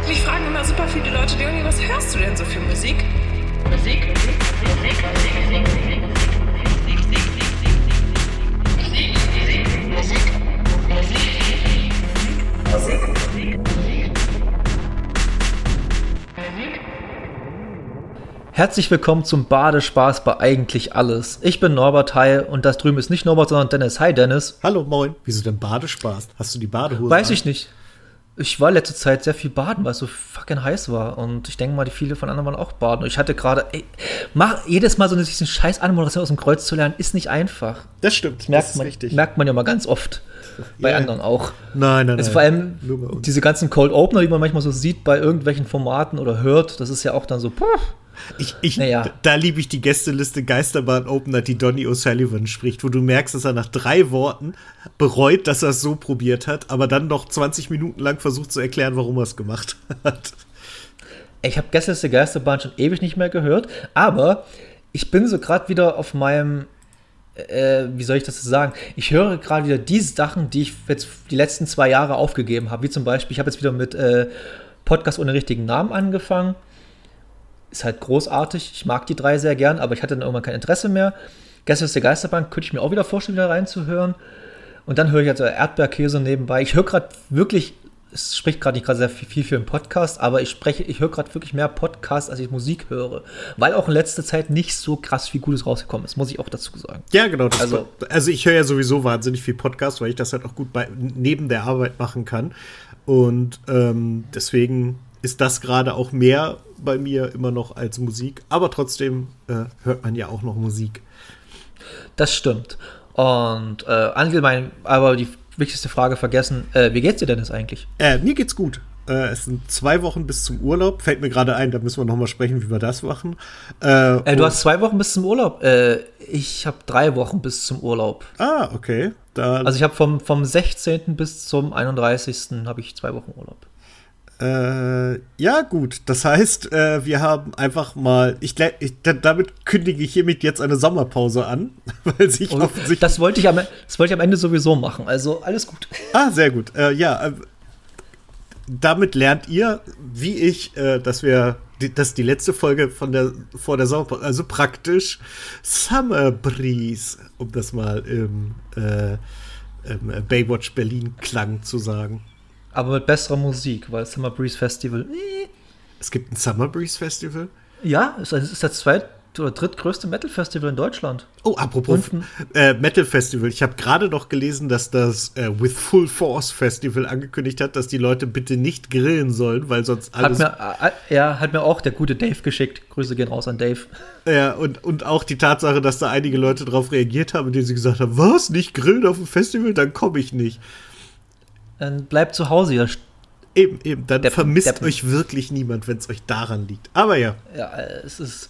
Mich fragen immer super viele Leute, Leonie, was hörst du denn so für Musik? Musik. Herzlich willkommen zum Badespaß bei eigentlich alles. Ich bin Norbert, hi, und das drüben ist nicht Norbert, sondern Dennis. Hi Dennis. Hallo, moin. Wieso denn Badespaß? Hast du die Badehose Weiß an? ich nicht. Ich war letzte Zeit sehr viel baden, weil es so fucking heiß war. Und ich denke mal, die viele von anderen waren auch baden. Und ich hatte gerade, jedes Mal so diesen scheiß Anmoderation aus dem Kreuz zu lernen, ist nicht einfach. Das stimmt, Das ist richtig. merkt man ja mal ganz oft. Bei Ja. anderen auch. Nein. Also vor allem Nur bei uns. diese ganzen Cold Opener, die man manchmal so sieht bei irgendwelchen Formaten oder hört, das ist ja auch dann so, Naja. Da liebe ich die Gästeliste Geisterbahn-Opener, die Donny O'Sullivan spricht, wo du merkst, dass er nach 3 Worten bereut, dass er es so probiert hat, aber dann noch 20 Minuten lang versucht zu erklären, warum er es gemacht hat. Ich habe Gästeliste Geisterbahn schon ewig nicht mehr gehört, aber ich bin so gerade wieder auf meinem, wie soll ich das sagen? Ich höre gerade wieder die Sachen, die ich jetzt die letzten 2 Jahre aufgegeben habe, wie zum Beispiel, ich habe jetzt wieder mit Podcast ohne richtigen Namen angefangen. Ist halt großartig, ich mag die 3 sehr gern, aber ich hatte dann irgendwann kein Interesse mehr. Gästeliste Geisterbahn könnte ich mir auch wieder vorstellen, wieder reinzuhören. Und dann höre ich also Erdbeerkäse nebenbei. Ich höre gerade wirklich, es spricht gerade nicht gerade sehr viel für einen Podcast, aber ich höre gerade wirklich mehr Podcasts, als ich Musik höre. Weil auch in letzter Zeit nicht so krass viel Gutes rausgekommen ist, muss ich auch dazu sagen. Ja, genau. Also Ich höre ja sowieso wahnsinnig viel Podcast, weil ich das halt auch gut neben der Arbeit machen kann. Und deswegen ist das gerade auch mehr bei mir immer noch als Musik. Aber trotzdem hört man ja auch noch Musik. Das stimmt. Und allgemein, aber die wichtigste Frage vergessen, wie geht's dir denn jetzt eigentlich? Mir geht's gut. Es sind 2 Wochen bis zum Urlaub. Fällt mir gerade ein, da müssen wir noch mal sprechen, wie wir das machen. Du hast 2 Wochen bis zum Urlaub. Ich habe 3 Wochen bis zum Urlaub. Ah, okay. Also ich habe vom 16. bis zum 31. habe ich 2 Wochen Urlaub. Ja, gut. Das heißt, wir haben einfach mal. Damit kündige ich hiermit jetzt eine Sommerpause an, weil sich offensichtlich. Das wollte ich am Ende sowieso machen. Also alles gut. Ah, sehr gut. Damit lernt ihr, wie ich, dass die letzte Folge vor der Sommerpause, also praktisch Summer Breeze, um das mal im Baywatch Berlin Klang zu sagen. Aber mit besserer Musik, weil Summer Breeze Festival. Es gibt ein Summer Breeze Festival? Ja, es ist das oder drittgrößte Metal-Festival in Deutschland. Oh, apropos Metal-Festival. Ich habe gerade noch gelesen, dass das With Full Force Festival angekündigt hat, dass die Leute bitte nicht grillen sollen, weil sonst alles. Hat mir auch der gute Dave geschickt. Grüße gehen raus an Dave. Ja, und auch die Tatsache, dass da einige Leute drauf reagiert haben, indem sie gesagt haben, was, nicht grillen auf dem Festival? Dann komme ich nicht. Dann bleibt zu Hause, ja. Eben, dann vermisst euch wirklich niemand, wenn es euch daran liegt. Aber ja. Ja, es ist,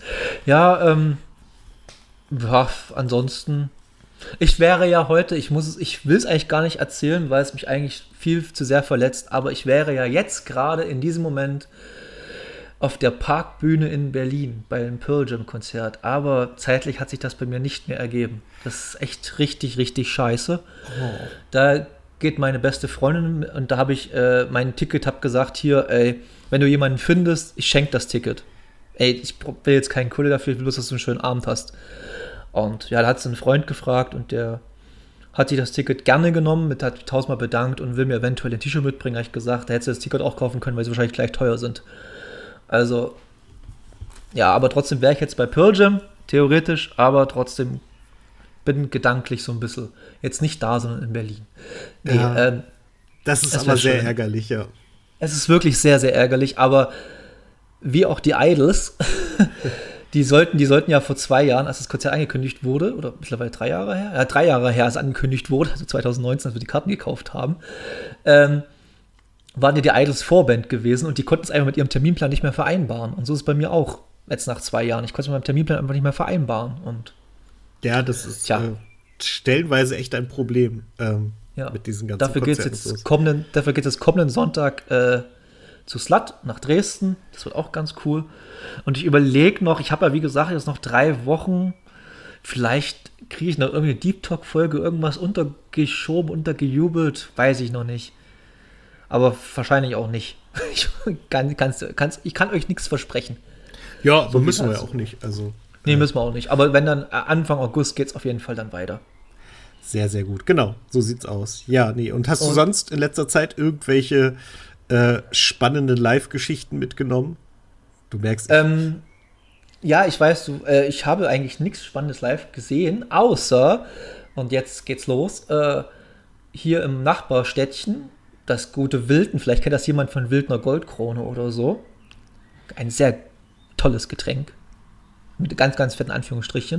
ansonsten, ich wäre ja heute, ich will es eigentlich gar nicht erzählen, weil es mich eigentlich viel zu sehr verletzt, aber ich wäre ja jetzt gerade in diesem Moment auf der Parkbühne in Berlin bei einem Pearl Jam Konzert, aber zeitlich hat sich das bei mir nicht mehr ergeben. Das ist echt richtig, richtig scheiße. Oh. Da geht meine beste Freundin und da habe ich mein Ticket, habe gesagt, hier, ey, wenn du jemanden findest, ich schenke das Ticket. Ey, ich will jetzt keinen Kohle dafür, ich will bloß, dass du einen schönen Abend hast. Und ja, da hat sie einen Freund gefragt und der hat sich das Ticket gerne genommen, hat 1000-mal bedankt und will mir eventuell ein T-Shirt mitbringen, habe ich gesagt, da hätte sie das Ticket auch kaufen können, weil sie wahrscheinlich gleich teuer sind. Also, ja, aber trotzdem wäre ich jetzt bei Pearl Jam, theoretisch, aber trotzdem bin gedanklich so ein bisschen jetzt nicht da, sondern in Berlin. Nee, ja, das ist aber sehr ärgerlich, ja. Es ist wirklich sehr, sehr ärgerlich, aber wie auch die Idols, die sollten ja vor 2 Jahren, als das Konzert angekündigt wurde, oder mittlerweile 3 Jahre her? Ja, 3 Jahre her, als es angekündigt wurde, also 2019, als wir die Karten gekauft haben, waren ja die Idols Vorband gewesen und die konnten es einfach mit ihrem Terminplan nicht mehr vereinbaren. Und so ist es bei mir auch jetzt nach 2 Jahren. Ich konnte es mit meinem Terminplan einfach nicht mehr vereinbaren. Und ja, das ist stellenweise echt ein Problem mit diesen ganzen dafür geht es kommenden Sonntag zu Slut nach Dresden. Das wird auch ganz cool. Und ich überlege noch, ich habe ja wie gesagt jetzt noch 3 Wochen. Vielleicht kriege ich noch irgendeine Deep Talk-Folge, irgendwas untergeschoben, untergejubelt, weiß ich noch nicht. Aber wahrscheinlich auch nicht. Ich kann euch nichts versprechen. Ja, so müssen wir ja auch nicht. Also, nee, müssen wir auch nicht. Aber wenn dann Anfang August geht es auf jeden Fall dann weiter. Sehr, sehr gut. Genau, so sieht's aus. Ja, nee. Und hast du sonst in letzter Zeit irgendwelche spannenden Live-Geschichten mitgenommen? Du merkst. Ja, ich weiß, ich habe eigentlich nichts Spannendes live gesehen, außer, und jetzt geht's los, hier im Nachbarstädtchen, das gute Wilden, vielleicht kennt das jemand von Wildner Goldkrone oder so. Ein sehr tolles Getränk. Mit ganz, ganz fetten Anführungsstrichen.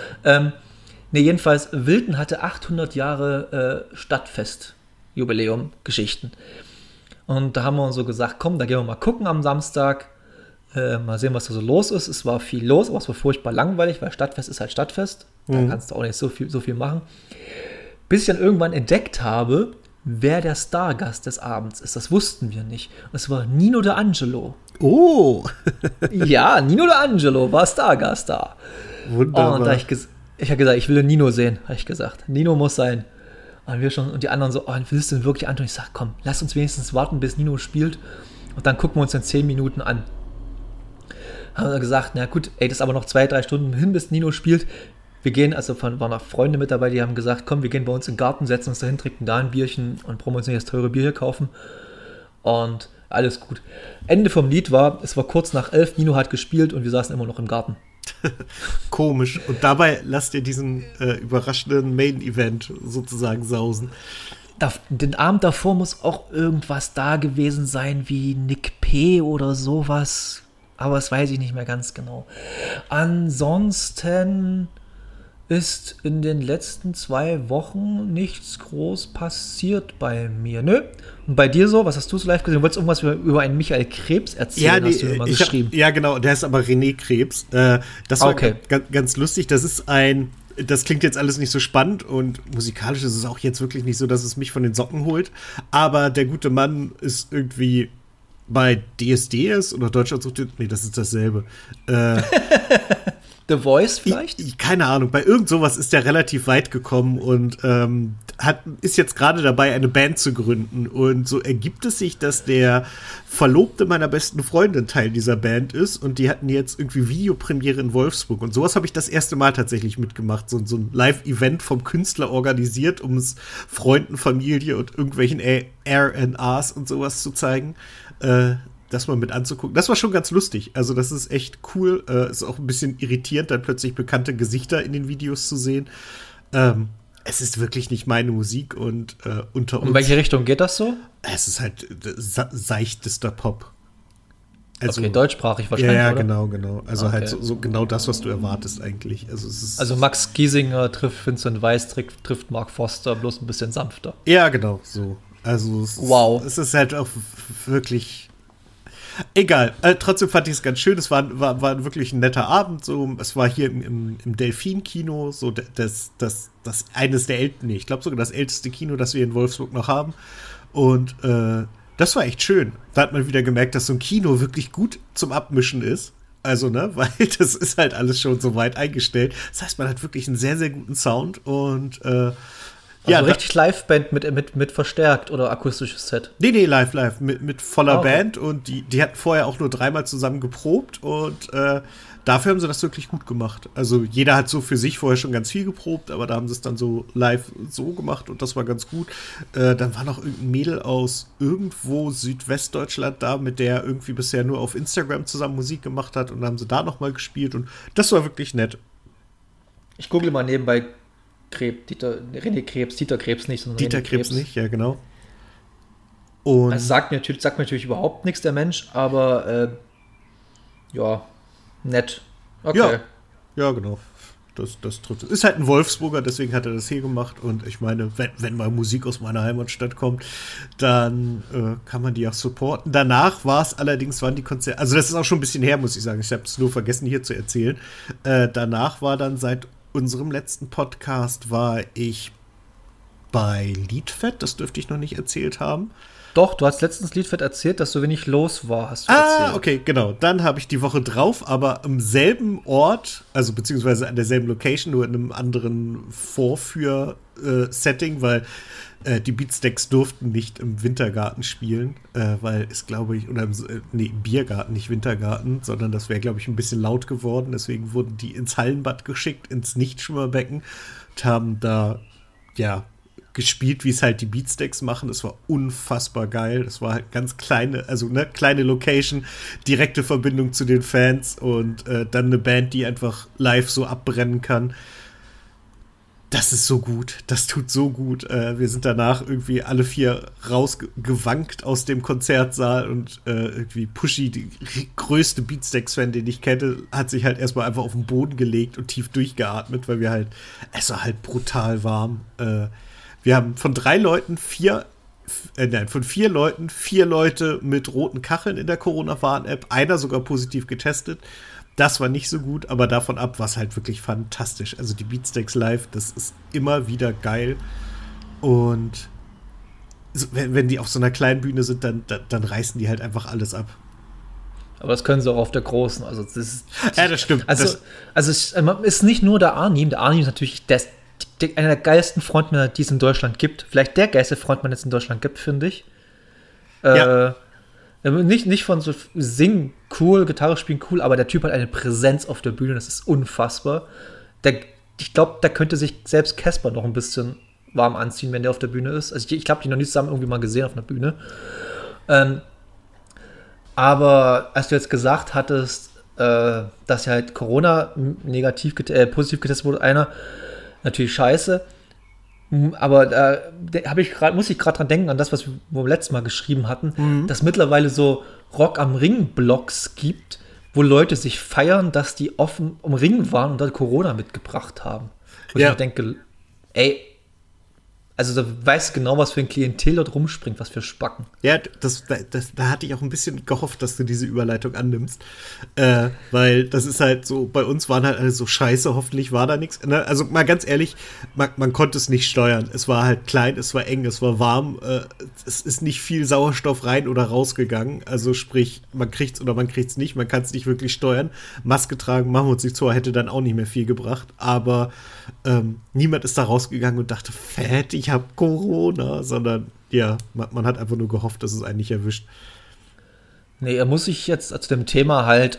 Jedenfalls, Wilden hatte 800 Jahre Stadtfest-Jubiläum Geschichten. Und da haben wir uns so gesagt, komm, da gehen wir mal gucken am Samstag. Mal sehen, was da so los ist. Es war viel los, aber es war furchtbar langweilig, weil Stadtfest ist halt Stadtfest. Da kannst du auch nicht so viel machen. Bis ich dann irgendwann entdeckt habe, wer der Stargast des Abends ist. Das wussten wir nicht. Und es war Nino D'Angelo. Oh! Ja, Nino D'Angelo war Stargast da. Wunderbar. Und ich habe gesagt, ich will den Nino sehen, habe ich gesagt. Nino muss sein. Und die anderen so, willst du denn wirklich Anton? Ich sage, komm, lass uns wenigstens warten, bis Nino spielt. Und dann gucken wir uns in 10 Minuten an. Haben wir gesagt, na gut, das ist aber noch 2-3 Stunden hin, bis Nino spielt. Wir gehen, waren noch Freunde mit dabei, die haben gesagt, komm, wir gehen bei uns in den Garten, setzen uns dahin, trinken da ein Bierchen und brauchen uns nicht das teure Bier hier kaufen. Und alles gut. Ende vom Lied war, es war kurz nach 11, Nino hat gespielt und wir saßen immer noch im Garten. Komisch. Und dabei lasst ihr diesen überraschenden Main-Event sozusagen sausen. Den Abend davor muss auch irgendwas da gewesen sein, wie Nick P. oder sowas. Aber das weiß ich nicht mehr ganz genau. Ansonsten ist in den letzten 2 Wochen nichts groß passiert bei mir. Nö. Und bei dir so? Was hast du so live gesehen? Du wolltest irgendwas über einen Michael Krebs erzählen, hast du immer geschrieben. Ja, genau. Der ist aber René Krebs. Das war ganz lustig. Das klingt jetzt alles nicht so spannend und musikalisch ist es auch jetzt wirklich nicht so, dass es mich von den Socken holt. Aber der gute Mann ist irgendwie bei DSDS oder Deutschland sucht. Nee, das ist dasselbe. The Voice vielleicht? Keine Ahnung. Bei irgend sowas ist der relativ weit gekommen und ist jetzt gerade dabei, eine Band zu gründen. Und so ergibt es sich, dass der Verlobte meiner besten Freundin Teil dieser Band ist und die hatten jetzt irgendwie Videopremiere in Wolfsburg. Und sowas habe ich das erste Mal tatsächlich mitgemacht. So ein Live-Event vom Künstler organisiert, um es Freunden, Familie und irgendwelchen R&Rs und sowas zu zeigen. Das mal mit anzugucken. Das war schon ganz lustig. Also das ist echt cool. Ist auch ein bisschen irritierend, dann plötzlich bekannte Gesichter in den Videos zu sehen. Es ist wirklich nicht meine Musik und unter uns. In welche Richtung geht das so? Es ist halt seichtester Pop. Also, okay, deutschsprachig wahrscheinlich, ja, oder? genau. Also halt so genau das, was du erwartest eigentlich. Also, es ist Max Giesinger trifft Vincent Weiss, trifft Mark Foster, bloß ein bisschen sanfter. Ja, genau, so. Also es ist halt auch wirklich egal. Trotzdem fand ich es ganz schön. Es war wirklich ein netter Abend. So, es war hier im Delfin-Kino, so das eines der ältesten, ich glaube sogar das älteste Kino, das wir in Wolfsburg noch haben. Und das war echt schön. Da hat man wieder gemerkt, dass so ein Kino wirklich gut zum Abmischen ist. Also, ne, weil das ist halt alles schon so weit eingestellt. Das heißt, man hat wirklich einen sehr, sehr guten Sound und richtig Liveband mit verstärkt oder akustisches Set? Nee, live. Mit voller Band und die hatten vorher auch nur 3-mal zusammen geprobt und dafür haben sie das wirklich gut gemacht. Also jeder hat so für sich vorher schon ganz viel geprobt, aber da haben sie es dann so live so gemacht und das war ganz gut. Dann war noch irgendein Mädel aus irgendwo Südwestdeutschland da, mit der irgendwie bisher nur auf Instagram zusammen Musik gemacht hat und dann haben sie da noch mal gespielt und das war wirklich nett. Ich google mal nebenbei René Krebs, Dieter Krebs nicht, sondern Dieter Krebs nicht, ja genau. Und also sagt mir natürlich überhaupt nichts, der Mensch, aber ja, nett. Okay. Ja, genau. Das trifft. Ist halt ein Wolfsburger, deswegen hat er das hier gemacht. Und ich meine, wenn mal Musik aus meiner Heimatstadt kommt, dann kann man die auch supporten. Danach waren die Konzerte, also das ist auch schon ein bisschen her, muss ich sagen. Ich habe es nur vergessen, hier zu erzählen. Danach war dann seit unserem letzten Podcast war ich bei Liedfett, das dürfte ich noch nicht erzählt haben. Doch, du hast letztens Liedfett erzählt, dass so wenig los war, hast du erzählt. Okay, genau. Dann habe ich die Woche drauf, aber am selben Ort, also beziehungsweise an derselben Location, nur in einem anderen Vorführ-Setting, weil die Beatsteaks durften nicht im Wintergarten spielen, weil es, glaube ich, oder im Biergarten, nicht Wintergarten, sondern das wäre, glaube ich, ein bisschen laut geworden. Deswegen wurden die ins Hallenbad geschickt, ins Nichtschwimmerbecken und haben da, ja, gespielt, wie es halt die Beatsteaks machen. Das war unfassbar geil. Das war halt ganz kleine, also ne, kleine Location, direkte Verbindung zu den Fans und dann eine Band, die einfach live so abbrennen kann. Das ist so gut. Das tut so gut. Wir sind danach irgendwie alle 4 rausgewankt aus dem Konzertsaal und irgendwie Pushy, die größte Beatsteaks-Fan, den ich kenne, hat sich halt erstmal einfach auf den Boden gelegt und tief durchgeatmet, weil es war halt brutal warm. Wir haben von 4 Leuten 4 Leute mit roten Kacheln in der Corona-Warn-App, einer sogar positiv getestet. Das war nicht so gut, aber davon ab war es halt wirklich fantastisch. Also die Beatsteaks live, das ist immer wieder geil. Und wenn die auf so einer kleinen Bühne sind, dann reißen die halt einfach alles ab. Aber das können sie auch auf der großen. Also das stimmt. Also es ist nicht nur der Arnim. Der Arnim ist natürlich einer der geilsten Frontmänner, die es in Deutschland gibt. Vielleicht der geilste Frontmann, den es in Deutschland gibt, finde ich. Ja. Nicht von so Singen cool, Gitarre spielen cool, aber der Typ hat eine Präsenz auf der Bühne, das ist unfassbar. Ich glaube, da könnte sich selbst Casper noch ein bisschen warm anziehen, wenn der auf der Bühne ist. Also ich habe die noch nie zusammen irgendwie mal gesehen auf einer Bühne. Aber als du jetzt gesagt hattest, dass ja halt Corona positiv getestet wurde, einer, natürlich scheiße. Aber muss ich gerade dran denken, an das, was wir letztes Mal geschrieben hatten, dass mittlerweile so Rock am Ring-Blogs gibt, wo Leute sich feiern, dass die offen am Ring waren und dann Corona mitgebracht haben. Und ich mir denke, ey, also da weißt du genau, was für ein Klientel dort rumspringt, was für Spacken. Ja, da hatte ich auch ein bisschen gehofft, dass du diese Überleitung annimmst. Weil das ist halt so, bei uns waren halt alle so scheiße, hoffentlich war da nichts. Ne? Also mal ganz ehrlich, man konnte es nicht steuern. Es war halt klein, es war eng, es war warm. Es ist nicht viel Sauerstoff rein oder rausgegangen. Also sprich, man kriegt's oder man kriegt's nicht. Man kann es nicht wirklich steuern. Maske tragen, machen wir uns nicht vor, hätte dann auch nicht mehr viel gebracht. Aber niemand ist da rausgegangen und dachte, fett, ich habe Corona, sondern ja, man hat einfach nur gehofft, dass es einen nicht erwischt. Nee, er muss sich jetzt zu dem Thema halt,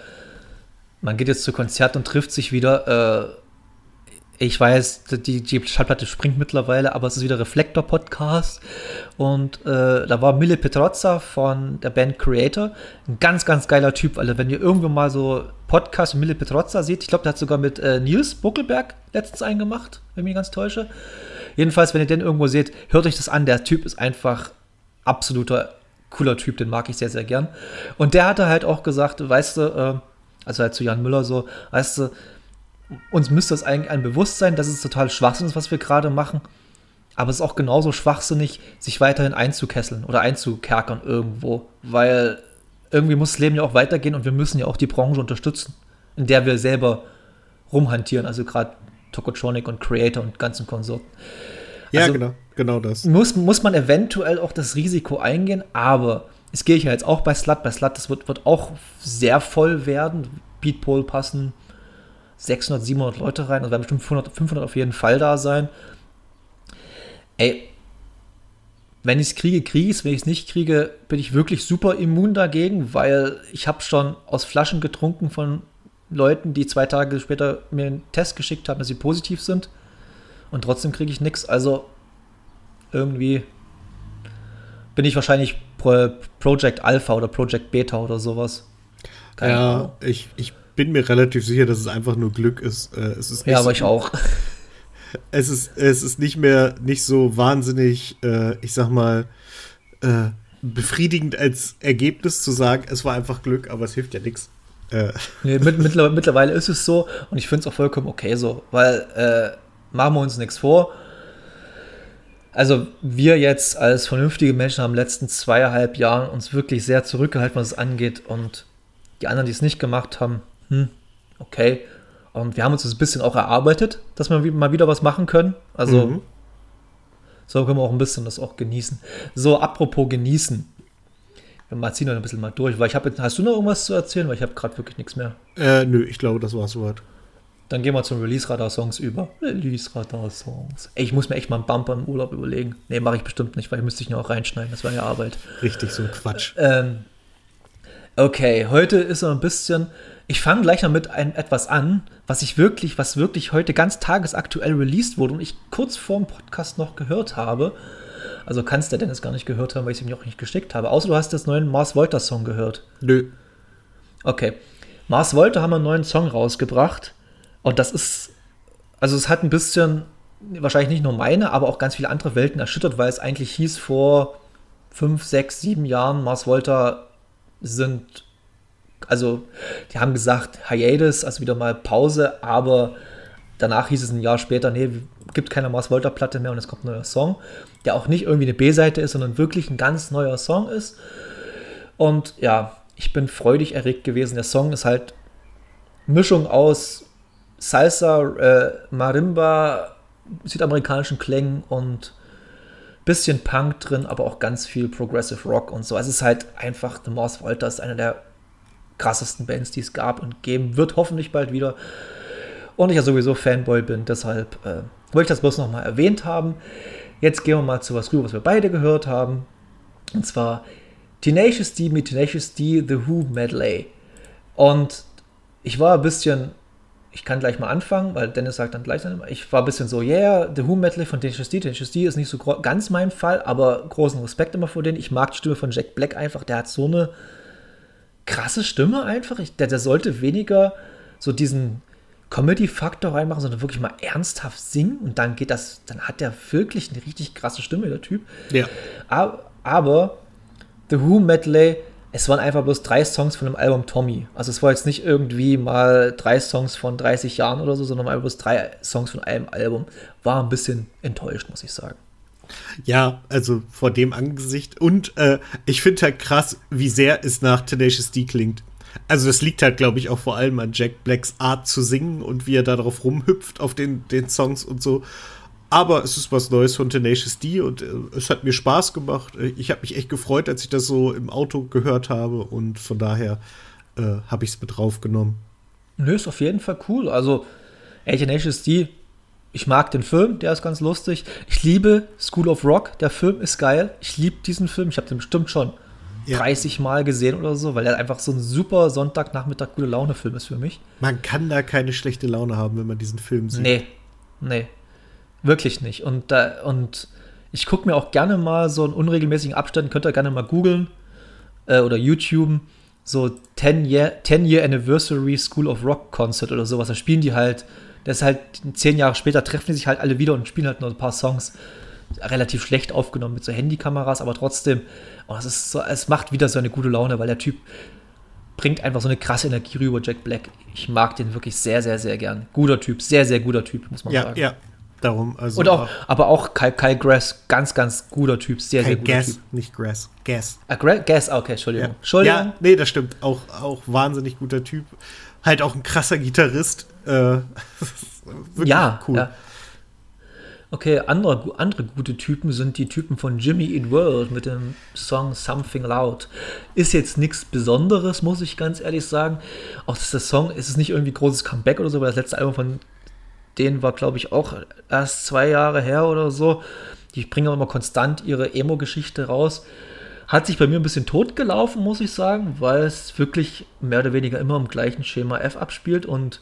man geht jetzt zu Konzert und trifft sich wieder. Ich weiß, die Schallplatte springt mittlerweile, aber es ist wieder Reflektor-Podcast. Und da war Mille Petrozza von der Band Creator. Ein ganz, ganz geiler Typ. Also wenn ihr irgendwo mal so Podcast mit Mille Petrozza seht, ich glaube, der hat sogar mit Nils Buckelberg letztens einen gemacht, wenn ich mich ganz täusche. Jedenfalls, wenn ihr den irgendwo seht, hört euch das an. Der Typ ist einfach absoluter cooler Typ, den mag ich sehr, sehr gern. Und der hatte halt auch gesagt, weißt du, also halt zu Jan Müller so, weißt du, uns müsste es eigentlich ein Bewusstsein, dass es total Schwachsinn ist, was wir gerade machen. Aber es ist auch genauso schwachsinnig, sich weiterhin einzukesseln oder einzukerkern irgendwo. Weil irgendwie muss das Leben ja auch weitergehen und wir müssen ja auch die Branche unterstützen, in der wir selber rumhantieren. Also gerade Tokotronic und Creator und ganzen Konsorten. Ja, also genau das. Muss man eventuell auch das Risiko eingehen, aber es gehe ich ja jetzt auch bei Slut. Bei Slut, das wird auch sehr voll werden. Beatpole passen 600, 700 Leute rein, also werden bestimmt 500 auf jeden Fall da sein. Ey, wenn ich es kriege, kriege ich es. Wenn ich es nicht kriege, bin ich wirklich super immun dagegen, weil ich habe schon aus Flaschen getrunken von Leuten, die 2 Tage später mir einen Test geschickt haben, dass sie positiv sind. Und trotzdem kriege ich nichts. Also irgendwie bin ich wahrscheinlich Project Alpha oder Project Beta oder sowas. Keine Ahnung. Ich bin mir relativ sicher, dass es einfach nur Glück ist. Es ist nicht ja, aber ich auch. Es ist nicht so wahnsinnig, ich sag mal, befriedigend als Ergebnis zu sagen, es war einfach Glück, aber es hilft ja nichts. Nee, mittlerweile ist es so und ich finde es auch vollkommen okay so, weil machen wir uns nichts vor. Also wir jetzt als vernünftige Menschen haben in den letzten 2,5 Jahren uns wirklich sehr zurückgehalten, was es angeht und die anderen, die es nicht gemacht haben, okay. Und wir haben uns das ein bisschen auch erarbeitet, dass wir mal wieder was machen können. Also So können wir auch ein bisschen das auch genießen. So, apropos genießen. Wir ziehen noch ein bisschen mal durch, weil hast du noch irgendwas zu erzählen? Weil ich habe gerade wirklich nichts mehr. Nö, ich glaube, das war's soweit. Dann gehen wir zum Release-Radar-Songs über. Release-Radar-Songs. Ey, ich muss mir echt mal einen Bumper im Urlaub überlegen. Nee, mache ich bestimmt nicht, weil ich müsste ich noch auch reinschneiden. Das war ja Arbeit. Richtig, so ein Quatsch. Okay, heute ist so ein bisschen... Ich fange gleich noch mit etwas an, was wirklich heute ganz tagesaktuell released wurde und ich kurz vor dem Podcast noch gehört habe. Also kannst der Dennis gar nicht gehört haben, weil ich es ihm auch nicht geschickt habe. Außer du hast das neuen Mars Volta Song gehört. Nö. Okay. Mars Volta haben einen neuen Song rausgebracht. Und das ist, also es hat ein bisschen, wahrscheinlich nicht nur meine, aber auch ganz viele andere Welten erschüttert, weil es eigentlich hieß vor 5, 6, 7 Jahren, Mars Volta sind, also die haben gesagt, Hiatus, also wieder mal Pause, aber danach hieß es ein Jahr später, nee, gibt keine Mars Volta Platte mehr und es kommt ein neuer Song, der auch nicht irgendwie eine B-Seite ist, sondern wirklich ein ganz neuer Song ist. Und ja, ich bin freudig erregt gewesen. Der Song ist halt Mischung aus Salsa, Marimba, südamerikanischen Klängen und bisschen Punk drin, aber auch ganz viel Progressive Rock und so. Also es ist halt einfach, The Mars Volta ist eine der krassesten Bands, die es gab und geben wird, hoffentlich bald wieder. Und ich ja sowieso Fanboy bin, deshalb wollte ich das bloß nochmal erwähnt haben. Jetzt gehen wir mal zu was rüber, was wir beide gehört haben. Und zwar Tenacious D mit Tenacious D, The Who Medley. Und ich war ein bisschen, ich kann gleich mal anfangen, weil Dennis sagt dann gleich, ich war ein bisschen so, yeah, The Who Medley von Tenacious D. Tenacious D ist nicht so ganz mein Fall, aber großen Respekt immer vor denen. Ich mag die Stimme von Jack Black einfach, der hat so eine krasse Stimme einfach. Der sollte weniger so diesen Comedy-Faktor reinmachen, sondern wirklich mal ernsthaft singen und dann dann hat der wirklich eine richtig krasse Stimme, der Typ. Ja. Aber The Who Medley, es waren einfach bloß 3 Songs von dem Album Tommy. Also es war jetzt nicht irgendwie mal 3 Songs von 30 Jahren oder so, sondern einfach bloß 3 Songs von einem Album. War ein bisschen enttäuscht, muss ich sagen. Ja, also vor dem Angesicht. Und ich finde halt krass, wie sehr es nach Tenacious D klingt. Also das liegt halt, glaube ich, auch vor allem an Jack Blacks Art zu singen und wie er da drauf rumhüpft auf den Songs und so. Aber es ist was Neues von Tenacious D und es hat mir Spaß gemacht. Ich habe mich echt gefreut, als ich das so im Auto gehört habe und von daher habe ich es mit draufgenommen. Nö, ist auf jeden Fall cool. Also, Tenacious D, ich mag den Film, der ist ganz lustig. Ich liebe School of Rock, der Film ist geil. Ich liebe diesen Film, ich habe den bestimmt schon 30 Mal gesehen oder so, weil er einfach so ein super Sonntagnachmittag gute Laune-Film ist für mich. Man kann da keine schlechte Laune haben, wenn man diesen Film sieht. Nee. Wirklich nicht. Und ich gucke mir auch gerne mal so in unregelmäßigen Abständen, könnt ihr gerne mal googeln oder YouTuben, so 10-Year Anniversary School of Rock Concert oder sowas. Da spielen die halt, das ist halt 10 Jahre später, treffen die sich halt alle wieder und spielen halt noch ein paar Songs. Relativ schlecht aufgenommen mit so Handykameras, aber trotzdem, es macht wieder so eine gute Laune, weil der Typ bringt einfach so eine krasse Energie rüber, Jack Black. Ich mag den wirklich sehr, sehr, sehr gern. Guter Typ, sehr, sehr guter Typ, muss man sagen. Ja, darum. Also und aber auch Kyle Grass, ganz, ganz guter Typ, sehr, sehr guter Typ. Nicht Grass, Gas. Gas, okay, Entschuldigung. Ja. Entschuldigung. Ja, nee, das stimmt. Auch wahnsinnig guter Typ. Halt auch ein krasser Gitarrist. Wirklich cool. Ja. Okay, andere gute Typen sind die Typen von Jimmy Eat World mit dem Song Something Loud. Ist jetzt nichts Besonderes, muss ich ganz ehrlich sagen. Auch das Song ist nicht irgendwie großes Comeback oder so, weil das letzte Album von denen war, glaube ich, auch erst 2 Jahre her oder so. Die bringen auch immer konstant ihre Emo-Geschichte raus. Hat sich bei mir ein bisschen totgelaufen, muss ich sagen, weil es wirklich mehr oder weniger immer im gleichen Schema F abspielt und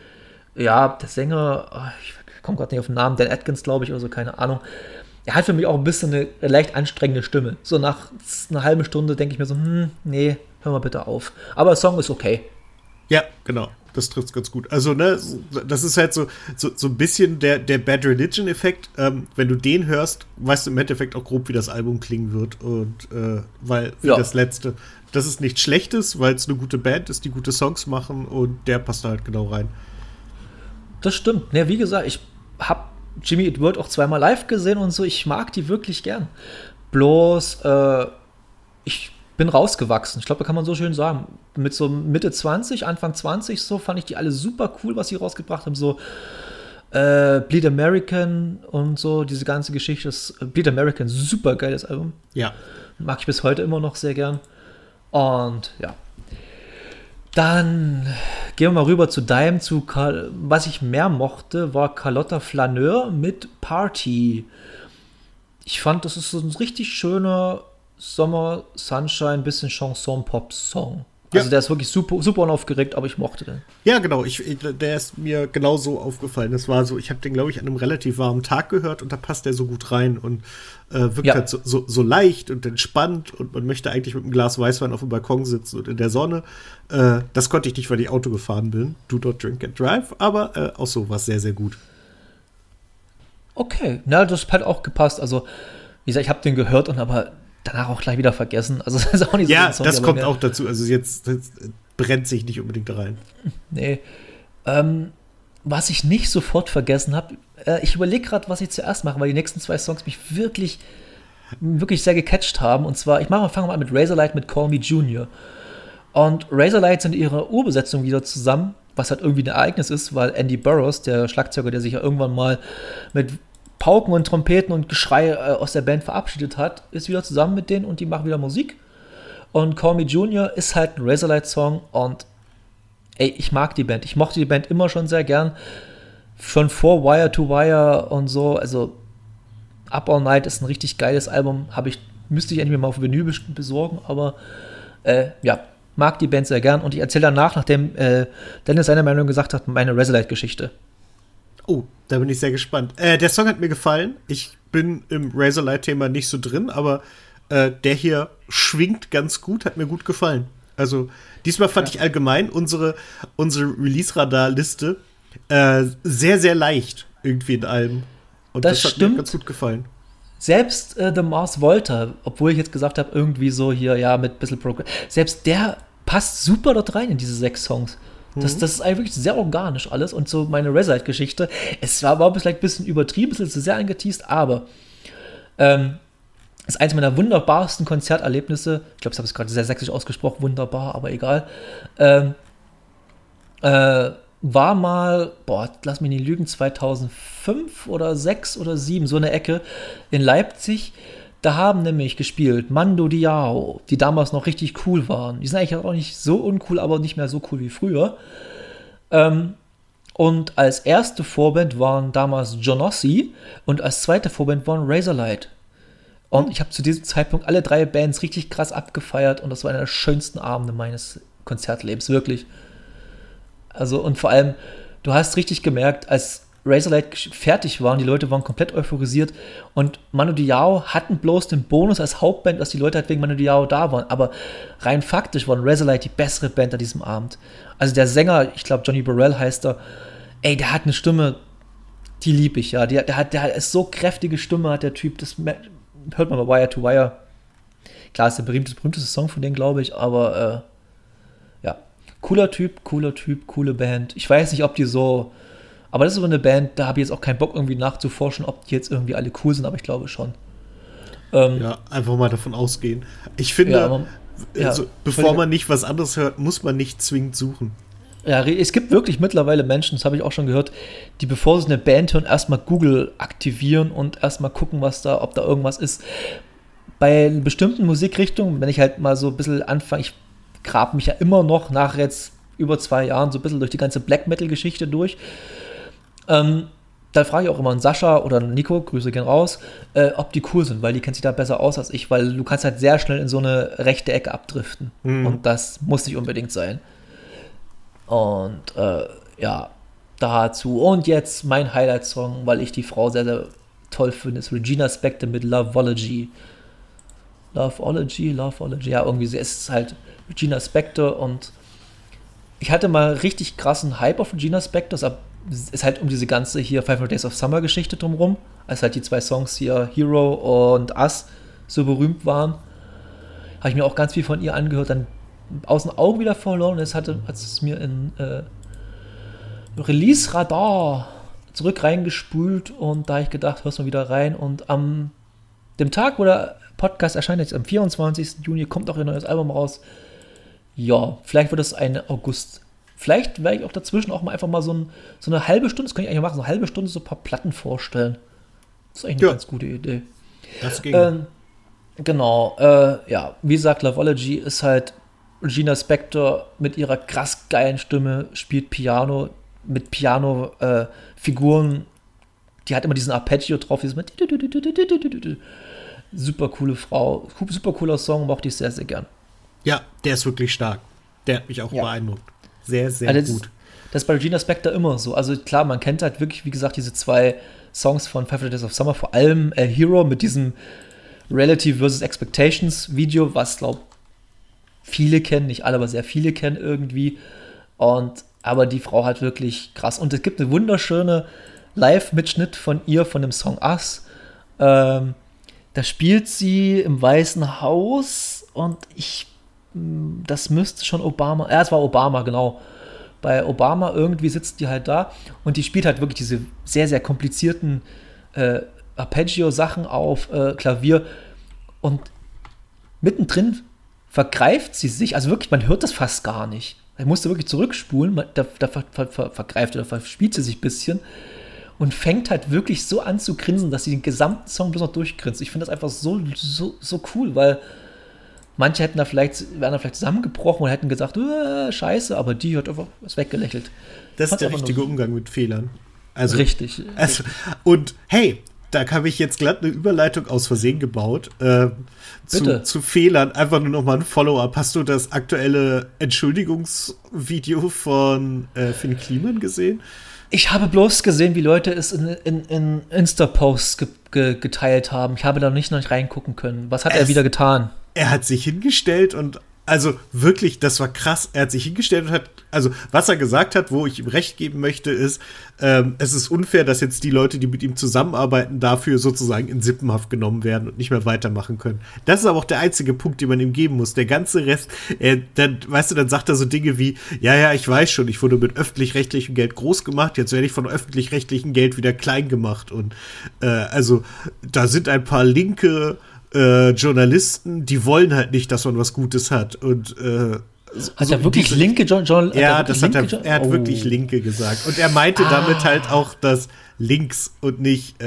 ja, der Sänger, ich komme gerade nicht auf den Namen, Dan Atkins, glaube ich, oder so, keine Ahnung. Er hat für mich auch ein bisschen eine leicht anstrengende Stimme. So nach einer halben Stunde denke ich mir so, nee, hör mal bitte auf. Aber der Song ist okay. Ja, genau. Das trifft ganz gut. Also, ne, das ist halt so ein bisschen der Bad Religion-Effekt. Wenn du den hörst, weißt du im Endeffekt auch grob, wie das Album klingen wird. Und weil das letzte, das ist nichts Schlechtes, weil es eine gute Band ist, die gute Songs machen und der passt da halt genau rein. Das stimmt. Ja, wie gesagt, ich habe Jimmy Eat World auch 2-mal live gesehen und so. Ich mag die wirklich gern. Bloß, ich bin rausgewachsen. Ich glaube, da kann man so schön sagen. Mit so Mitte 20, Anfang 20 so, fand ich die alle super cool, was sie rausgebracht haben. So Bleed American und so, diese ganze Geschichte. Bleed American, super geiles Album. Ja. Mag ich bis heute immer noch sehr gern. Und ja. Dann gehen wir mal rüber zu Dime. Was ich mehr mochte, war Carlotta Flaneur mit Party. Ich fand, das ist so ein richtig schöner Sommer-Sunshine, bisschen Chanson-Pop-Song. Also der ist wirklich super, super unaufgeregt, aber ich mochte den. Ja, genau. Der ist mir genauso aufgefallen. Das war so, ich habe den, glaube ich, an einem relativ warmen Tag gehört und da passt der so gut rein und wirkt halt so leicht und entspannt und man möchte eigentlich mit einem Glas Weißwein auf dem Balkon sitzen und in der Sonne. Das konnte ich nicht, weil ich Auto gefahren bin. Do not drink and drive, aber auch so war es sehr, sehr gut. Okay, na, das hat auch gepasst. Also, wie gesagt, ich habe den gehört und aber danach auch gleich wieder vergessen. Also das ist auch nicht so ja, Song, das kommt auch dazu. Also jetzt brennt sich nicht unbedingt rein. Nee. Was ich nicht sofort vergessen habe, ich überlege gerade, was ich zuerst mache, weil die nächsten 2 Songs mich wirklich, wirklich sehr gecatcht haben. Und zwar, fange mal an mit Razorlight mit Call Me Junior. Und Razorlight sind ihre Urbesetzung wieder zusammen, was halt irgendwie ein Ereignis ist, weil Andy Burroughs, der Schlagzeuger, der sich ja irgendwann mal mit Pauken und Trompeten und Geschrei aus der Band verabschiedet hat, ist wieder zusammen mit denen und die machen wieder Musik. Und Call Me Junior ist halt ein Razorlight-Song und ey, ich mag die Band. Ich mochte die Band immer schon sehr gern. Schon vor Wire to Wire und so. Also Up All Night ist ein richtig geiles Album. Müsste ich endlich mal auf Vinyl besorgen, aber ja, mag die Band sehr gern. Und ich erzähle danach, nachdem Dennis seine Meinung gesagt hat, meine Razorlight-Geschichte. Oh, da bin ich sehr gespannt. Der Song hat mir gefallen. Ich bin im Razorlight-Thema nicht so drin, aber der hier schwingt ganz gut, hat mir gut gefallen. Also diesmal fand ich allgemein unsere Release-Radar-Liste sehr, sehr leicht irgendwie in allem. Und das hat mir ganz gut gefallen. Selbst The Mars Volta, obwohl ich jetzt gesagt habe, irgendwie so hier, ja, mit ein bisschen Progress, selbst der passt super dort rein in diese 6 Songs. Das ist eigentlich sehr organisch alles und so meine Razorlight-Geschichte. Es war vielleicht ein bisschen übertrieben, ein bisschen zu sehr angeteased, aber ist eines meiner wunderbarsten Konzerterlebnisse. Ich glaube, ich habe es gerade sehr sächsisch ausgesprochen, wunderbar, aber egal. War mal, lass mich nicht lügen, 2005 oder 6 oder 7, so eine Ecke in Leipzig. Da haben nämlich gespielt Mando Diao, die damals noch richtig cool waren. Die sind eigentlich auch nicht so uncool, aber nicht mehr so cool wie früher. Und als erste Vorband waren damals Johnossi und als zweite Vorband waren Razorlight. Und ich habe zu diesem Zeitpunkt alle 3 Bands richtig krass abgefeiert und das war einer der schönsten Abende meines Konzertlebens, wirklich. Also und vor allem, du hast richtig gemerkt, als Razorlight fertig waren, die Leute waren komplett euphorisiert und Mando Diao hatten bloß den Bonus als Hauptband, dass die Leute halt wegen Mando Diao da waren, aber rein faktisch waren Razorlight die bessere Band an diesem Abend. Also der Sänger, ich glaube Johnny Burrell heißt er, ey, der hat eine Stimme, die lieb ich, ja, der hat so kräftige Stimme, hat der Typ, das hört man bei Wire to Wire. Klar, ist der berühmteste Song von denen, glaube ich, aber ja, cooler Typ, coole Band. Ich weiß nicht, ob die so, aber das ist so eine Band, da habe ich jetzt auch keinen Bock irgendwie nachzuforschen, ob die jetzt irgendwie alle cool sind, aber ich glaube schon. Ja, einfach mal davon ausgehen. Ich finde, bevor man nicht was anderes hört, muss man nicht zwingend suchen. Ja, es gibt wirklich mittlerweile Menschen, das habe ich auch schon gehört, die, bevor sie eine Band hören, erstmal Google aktivieren und erstmal gucken, ob da irgendwas ist. Bei bestimmten Musikrichtungen, wenn ich halt mal so ein bisschen anfange, ich grabe mich ja immer noch nach jetzt über 2 Jahren so ein bisschen durch die ganze Black-Metal-Geschichte durch. Da frage ich auch immer einen Sascha oder einen Nico, Grüße gehen raus, ob die cool sind, weil die kennen sich da besser aus als ich, weil du kannst halt sehr schnell in so eine rechte Ecke abdriften. Und das muss nicht unbedingt sein. Und ja, dazu. Und jetzt mein Highlight-Song, weil ich die Frau sehr, sehr toll finde, ist Regina Spektor mit Loveology. Loveology, ja, irgendwie, es ist halt Regina Spektor und ich hatte mal richtig krassen Hype auf Regina Spektor, es ist halt um diese ganze hier 500 Days of Summer Geschichte drumherum, als halt die 2 Songs hier, Hero und Us, so berühmt waren, habe ich mir auch ganz viel von ihr angehört, dann aus den Augen wieder verloren. Jetzt hat es mir in Release-Radar zurück reingespült und da habe ich gedacht, hörst mal wieder rein und am dem Tag, wo der Podcast erscheint, jetzt am 24. Juni, kommt auch ihr neues Album raus. Ja, vielleicht wird es eine vielleicht werde ich auch dazwischen auch mal einfach mal so eine halbe Stunde, das kann ich eigentlich machen, so eine halbe Stunde so ein paar Platten vorstellen. Das ist eigentlich eine ganz gute Idee. Das ging. Genau, ja, wie gesagt, Loveology ist halt Regina Spektor mit ihrer krass geilen Stimme, spielt Piano mit Piano-Figuren, die hat immer diesen Arpeggio drauf, dieses mit super coole Frau, super cooler Song, mochte ich sehr, sehr gern. Ja, der ist wirklich stark. Der hat mich auch beeindruckt. Sehr, sehr gut. Das ist bei Regina Spektor immer so. Also klar, man kennt halt wirklich, wie gesagt, diese 2 Songs von 500 Days of Summer, vor allem Hero mit diesem Relative vs. Expectations Video, was, glaube viele kennen, nicht alle, aber sehr viele kennen irgendwie. Aber die Frau hat wirklich krass. Und es gibt eine wunderschöne Live-Mitschnitt von ihr, von dem Song Us. Da spielt sie im Weißen Haus und das müsste schon Obama, es war Obama, genau. Bei Obama irgendwie sitzt die halt da und die spielt halt wirklich diese sehr, sehr komplizierten Arpeggio-Sachen auf Klavier und mittendrin vergreift sie sich, also wirklich, man hört das fast gar nicht. Er musste wirklich zurückspulen, da vergreift oder verspielt sie sich ein bisschen und fängt halt wirklich so an zu grinsen, dass sie den gesamten Song bloß noch durchgrinst. Ich finde das einfach so cool, weil manche wären da vielleicht zusammengebrochen und hätten gesagt, scheiße, aber die hat einfach was weggelächelt. Das ist der richtige Umgang mit Fehlern. Also, richtig. Und hey, da habe ich jetzt glatt eine Überleitung aus Versehen gebaut. Zu Fehlern. Einfach nur noch mal ein Follow-up. Hast du das aktuelle Entschuldigungsvideo von Finn Kliman gesehen? Ich habe bloß gesehen, wie Leute es in Insta-Posts geteilt haben. Ich habe da nicht noch reingucken können. Was hat er wieder getan? Er hat sich hingestellt und also wirklich, das war krass. Er hat sich hingestellt und hat, also was er gesagt hat, wo ich ihm recht geben möchte, ist, es ist unfair, dass jetzt die Leute, die mit ihm zusammenarbeiten, dafür sozusagen in Sippenhaft genommen werden und nicht mehr weitermachen können. Das ist aber auch der einzige Punkt, den man ihm geben muss. Der ganze Rest, dann sagt er so Dinge wie, ja, ich weiß schon, ich wurde mit öffentlich-rechtlichem Geld groß gemacht, jetzt werde ich von öffentlich-rechtlichem Geld wieder klein gemacht. Und also da sind ein paar linke Journalisten, die wollen halt nicht, dass man was Gutes hat. Und hat er wirklich linke Journalisten? Ja, er hat wirklich Linke gesagt. Und er meinte damit halt auch das Links und nicht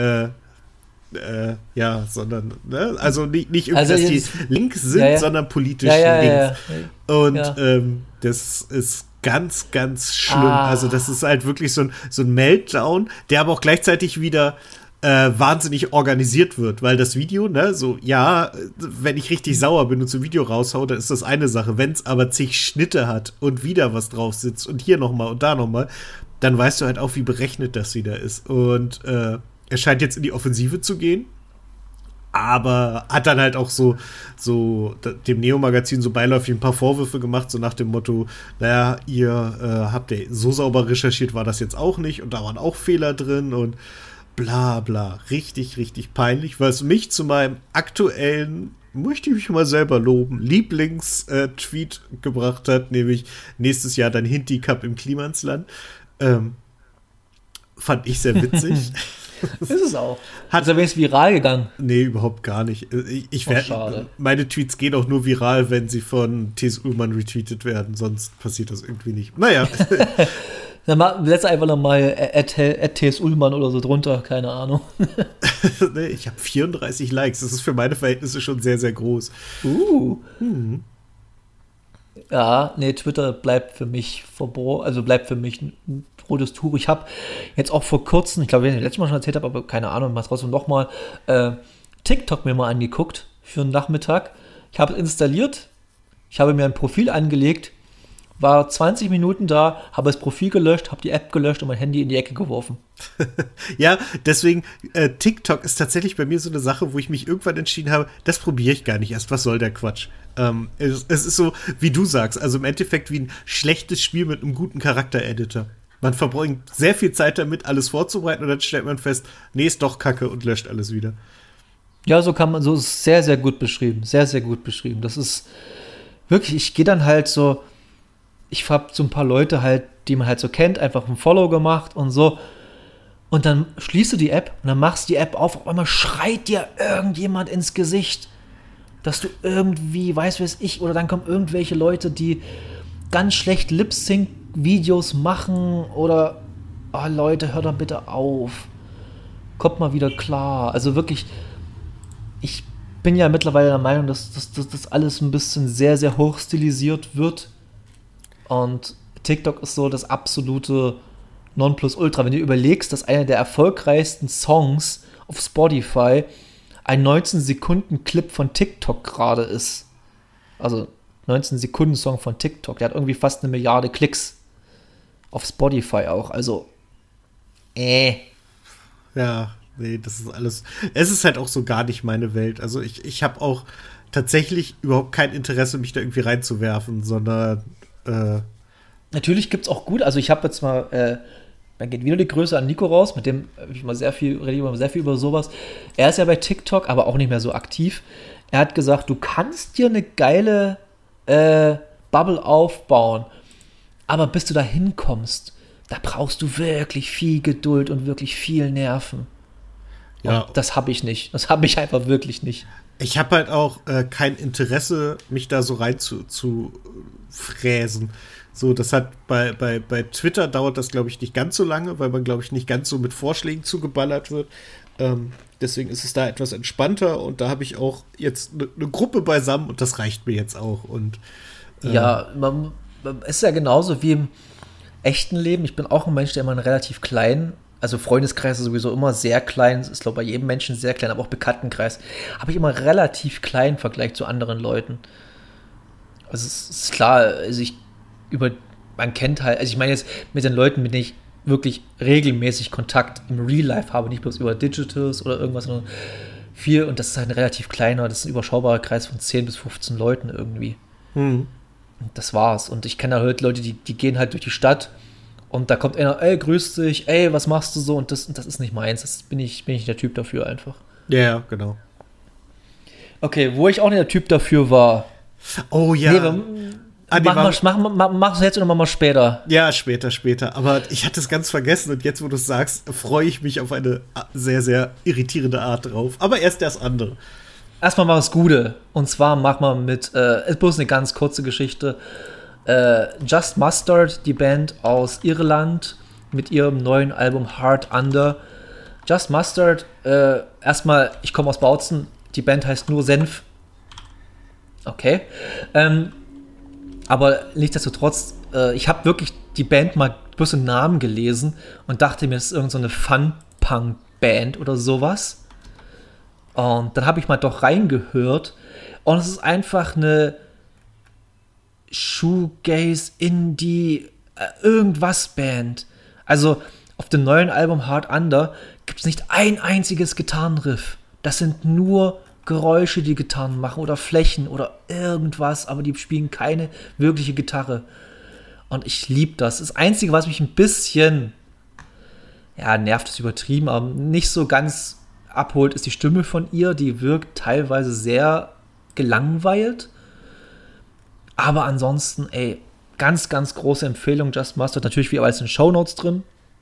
sondern, ne? Also nicht irgendwie, also dass die links sind, sondern politisch links. Und das ist ganz, ganz schlimm. Also das ist halt wirklich so ein Meltdown, der aber auch gleichzeitig wieder wahnsinnig organisiert wird, weil das Video, ne, so, ja, wenn ich richtig sauer bin und so ein Video raushau, dann ist das eine Sache. Wenn es aber zig Schnitte hat und wieder was drauf sitzt und hier nochmal und da nochmal, dann weißt du halt auch, wie berechnet das wieder ist. Und er scheint jetzt in die Offensive zu gehen, aber hat dann halt auch so dem Neo-Magazin so beiläufig ein paar Vorwürfe gemacht, so nach dem Motto, naja, ihr habt ja so sauber recherchiert, war das jetzt auch nicht und da waren auch Fehler drin und bla bla, richtig, richtig peinlich, was mich zu meinem aktuellen, möchte ich mich mal selber loben, Lieblings-Tweet gebracht hat, nämlich nächstes Jahr dann Hinti Cup im Klimansland. Fand ich sehr witzig. Ist es auch. Ist er wenigstens viral gegangen? Nee, überhaupt gar nicht. Meine Tweets gehen auch nur viral, wenn sie von T.S. Ullmann retweetet werden, sonst passiert das irgendwie nicht. Naja. Dann setz einfach nochmal @T.S. Ullmann oder so drunter, keine Ahnung. Nee, ich habe 34 Likes. Das ist für meine Verhältnisse schon sehr, sehr groß. Ja, nee, Twitter bleibt für mich verboten, also bleibt für mich ein rotes Tuch. Ich habe jetzt auch vor kurzem, ich glaube, wenn ich das letzte Mal schon erzählt habe, aber keine Ahnung, mal trotzdem nochmal TikTok mir mal angeguckt für einen Nachmittag. Ich habe es installiert, ich habe mir ein Profil angelegt, war 20 Minuten da, habe das Profil gelöscht, habe die App gelöscht und mein Handy in die Ecke geworfen. Ja, deswegen, TikTok ist tatsächlich bei mir so eine Sache, wo ich mich irgendwann entschieden habe, das probiere ich gar nicht erst, was soll der Quatsch? Es ist so, wie du sagst, also im Endeffekt wie ein schlechtes Spiel mit einem guten Charakter-Editor. Man verbringt sehr viel Zeit damit, alles vorzubereiten und dann stellt man fest, nee, ist doch Kacke und löscht alles wieder. Ja, so ist es sehr, sehr gut beschrieben. Sehr, sehr gut beschrieben. Das ist wirklich, ich gehe dann halt so, ich habe so ein paar Leute halt, die man halt so kennt, einfach ein Follow gemacht und so. Und dann schließt du die App und dann machst du die App auf einmal schreit dir irgendjemand ins Gesicht, dass du irgendwie, weiß ich, oder dann kommen irgendwelche Leute, die ganz schlecht Lip-Sync Videos machen oder Leute, hört doch bitte auf. Kommt mal wieder klar. Also wirklich, ich bin ja mittlerweile der Meinung, dass das alles ein bisschen sehr, sehr hoch stilisiert wird. Und TikTok ist so das absolute Nonplusultra. Wenn du überlegst, dass einer der erfolgreichsten Songs auf Spotify ein 19-Sekunden-Clip von TikTok gerade ist. Also 19-Sekunden-Song von TikTok. Der hat irgendwie fast 1 Milliarde Klicks. Auf Spotify auch. Also, Ja, nee, das ist alles. Es ist halt auch so gar nicht meine Welt. Also ich habe auch tatsächlich überhaupt kein Interesse, mich da irgendwie reinzuwerfen, sondern Natürlich gibt es auch gut. Also ich habe jetzt mal, dann geht wieder die Größe an Nico raus, mit dem rede ich mal sehr viel über sowas. Er ist ja bei TikTok, aber auch nicht mehr so aktiv. Er hat gesagt, du kannst dir eine geile Bubble aufbauen, aber bis du da hinkommst, da brauchst du wirklich viel Geduld und wirklich viel Nerven. ja. Und das habe ich nicht. Das habe ich einfach wirklich nicht. Ich habe halt auch kein Interesse, mich da so rein zu fräsen. So, das hat bei Twitter dauert das, glaube ich, nicht ganz so lange, weil man, glaube ich, nicht ganz so mit Vorschlägen zugeballert wird. Deswegen ist es da etwas entspannter und da habe ich auch jetzt eine Gruppe beisammen und das reicht mir jetzt auch. Und Ja, es ist ja genauso wie im echten Leben. Ich bin auch ein Mensch, der immer einen relativ kleinen, also Freundeskreis ist sowieso immer sehr klein, ist glaube ich bei jedem Menschen sehr klein, aber auch Bekanntenkreis, habe ich immer relativ klein im Vergleich zu anderen Leuten. Also es ist klar, also man kennt halt, also ich meine jetzt mit den Leuten, mit denen ich wirklich regelmäßig Kontakt im Real Life habe, nicht bloß über Digitals oder irgendwas, sondern viel, und das ist halt ein relativ kleiner, das ist ein überschaubarer Kreis von 10 bis 15 Leuten irgendwie. Und das war's. Und ich kenne halt Leute, die gehen halt durch die Stadt und da kommt einer, ey, grüß dich, ey, was machst du so? Und das ist nicht meins. Das bin ich der Typ dafür einfach. ja, genau. Okay, wo ich auch nicht der Typ dafür war. Oh ja. Mach es jetzt oder machen wir später? Ja, später. Aber ich hatte es ganz vergessen und jetzt, wo du es sagst, freue ich mich auf eine sehr, sehr irritierende Art drauf. Aber erst das andere. Erstmal mal das Gute. Und zwar machen wir mit, ist bloß eine ganz kurze Geschichte. Just Mustard, die Band aus Irland, mit ihrem neuen Album Heart Under. Just Mustard, erstmal, ich komme aus Bautzen, die Band heißt nur Senf. Okay. Aber nichtsdestotrotz, ich habe wirklich die Band mal bloß im Namen gelesen und dachte mir, das ist irgend so eine Fun-Punk-Band oder sowas. Und dann habe ich mal doch reingehört und es ist einfach eine Shoegaze, Indie, irgendwas Band. Also auf dem neuen Album Heart Under gibt es nicht ein einziges Gitarrenriff. Das sind nur Geräusche, die Gitarren machen oder Flächen oder irgendwas, aber die spielen keine wirkliche Gitarre. Und ich liebe das. Das Einzige, was mich ein bisschen, nervt ist übertrieben, aber nicht so ganz abholt, ist die Stimme von ihr. Die wirkt teilweise sehr gelangweilt. Aber ansonsten, ganz, ganz große Empfehlung, Just Mustard. Natürlich wie alles in den Shownotes drin.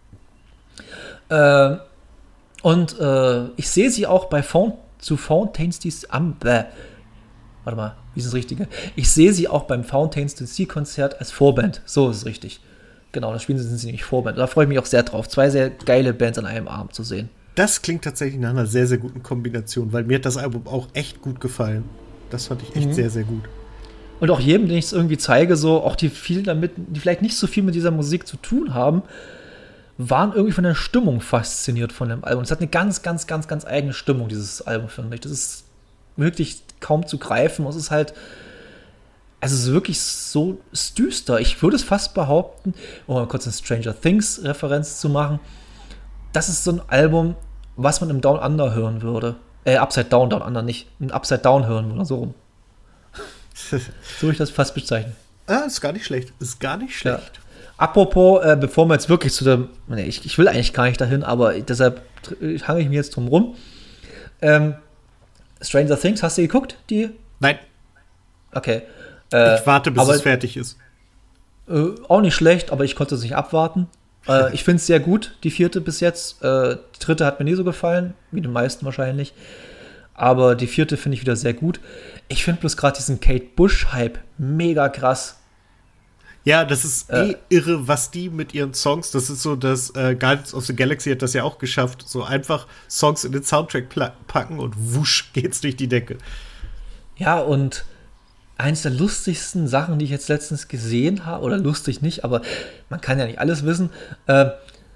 Und ich sehe sie auch bei Fountains DC. Warte mal, wie ist das Richtige? Ich sehe sie auch beim Fountains DC Konzert als Vorband. So ist es richtig. Genau, da sind sie nämlich Vorband. Da freue ich mich auch sehr drauf. 2 sehr geile Bands an einem Abend zu sehen. Das klingt tatsächlich nach einer sehr, sehr guten Kombination, weil mir hat das Album auch echt gut gefallen. Das fand ich echt sehr, sehr gut. Und auch jedem, den ich es irgendwie zeige, so, auch die vielleicht nicht so viel mit dieser Musik zu tun haben, waren irgendwie von der Stimmung fasziniert von dem Album. Es hat eine ganz, ganz, ganz, ganz eigene Stimmung, dieses Album, finde ich. Das ist wirklich kaum zu greifen. Es ist halt, es ist wirklich so düster. Ich würde es fast behaupten, um mal kurz eine Stranger Things Referenz zu machen, das ist so ein Album, was man im Down Under hören würde. Upside Down, Down Under nicht. Im Upside Down hören würde, so rum. So würde ich das fast bezeichnen. Ist gar nicht schlecht. Ja. Apropos, bevor wir jetzt wirklich zu dem, ich will eigentlich gar nicht dahin, aber deshalb hange ich mir jetzt drum rum. Stranger Things, hast du geguckt? Die? Nein. Okay. Ich warte, bis es fertig ist. Auch nicht schlecht, aber ich konnte es nicht abwarten. Ich finde es sehr gut, die 4. bis jetzt. Die 3. hat mir nie so gefallen, wie den meisten wahrscheinlich. Aber die 4. finde ich wieder sehr gut. Ich finde bloß gerade diesen Kate Bush-Hype mega krass. Ja, das ist irre, was die mit ihren Songs, das ist so, dass Guardians of the Galaxy hat das ja auch geschafft, so einfach Songs in den Soundtrack packen und wusch geht's durch die Decke. Ja, und eins der lustigsten Sachen, die ich jetzt letztens gesehen habe, oder lustig nicht, aber man kann ja nicht alles wissen, da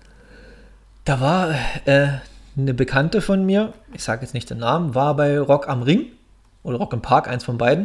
war eine Bekannte von mir, ich sage jetzt nicht den Namen, war bei Rock am Ring oder Rock im Park, eins von beiden,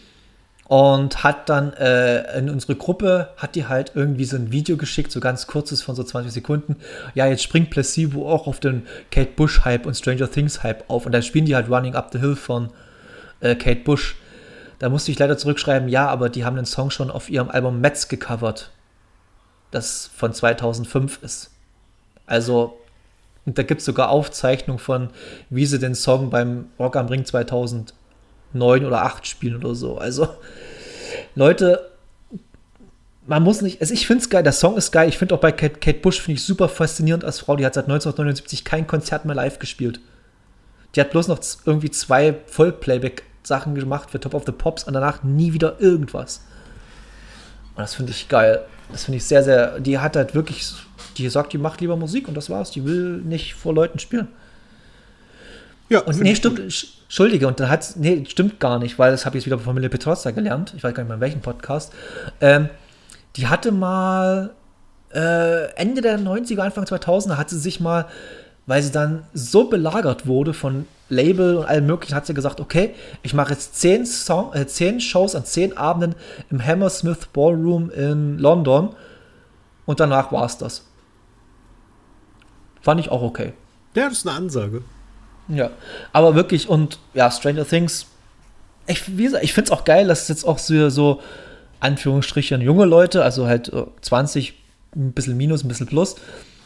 und hat dann in unsere Gruppe, hat die halt irgendwie so ein Video geschickt, so ganz kurzes von so 20 Sekunden. Ja, jetzt springt Placebo auch auf den Kate Bush-Hype und Stranger Things-Hype auf. Und dann spielen die halt Running Up the Hill von Kate Bush. Da musste ich leider zurückschreiben, ja, aber die haben den Song schon auf ihrem Album Metz gecovert, das von 2005 ist. Also, und da gibt es sogar Aufzeichnungen von, wie sie den Song beim Rock am Ring 2009 oder 8 spielen oder so. Also, Leute, man muss nicht, also ich finde es geil, der Song ist geil, ich finde auch bei Kate Bush, finde ich super faszinierend als Frau, die hat seit 1979 kein Konzert mehr live gespielt. Die hat bloß noch irgendwie 2 Vollplayback-Sachen gemacht für Top of the Pops und danach nie wieder irgendwas. Und das finde ich geil. Das finde ich sehr, sehr, die hat halt wirklich, die sagt, die macht lieber Musik und das war's, die will nicht vor Leuten spielen. Ja, und nee, stimmt, Entschuldige, und dann hat's, nee, stimmt gar nicht, weil das habe ich jetzt wieder von Familie Petrozza gelernt, ich weiß gar nicht mehr in welchem Podcast, die hatte mal Ende der 90er, Anfang 2000er hat sie sich mal, weil sie dann so belagert wurde von Label und allem möglichen, hat sie gesagt, okay, ich mache jetzt 10 Shows an 10 Abenden im Hammersmith Ballroom in London und danach war es das. Fand ich auch okay. Ja, das ist eine Ansage. Ja, aber wirklich, und ja, Stranger Things, wie gesagt, ich finde es auch geil, dass es jetzt auch so Anführungsstrichen junge Leute, also halt 20, ein bisschen minus, ein bisschen plus,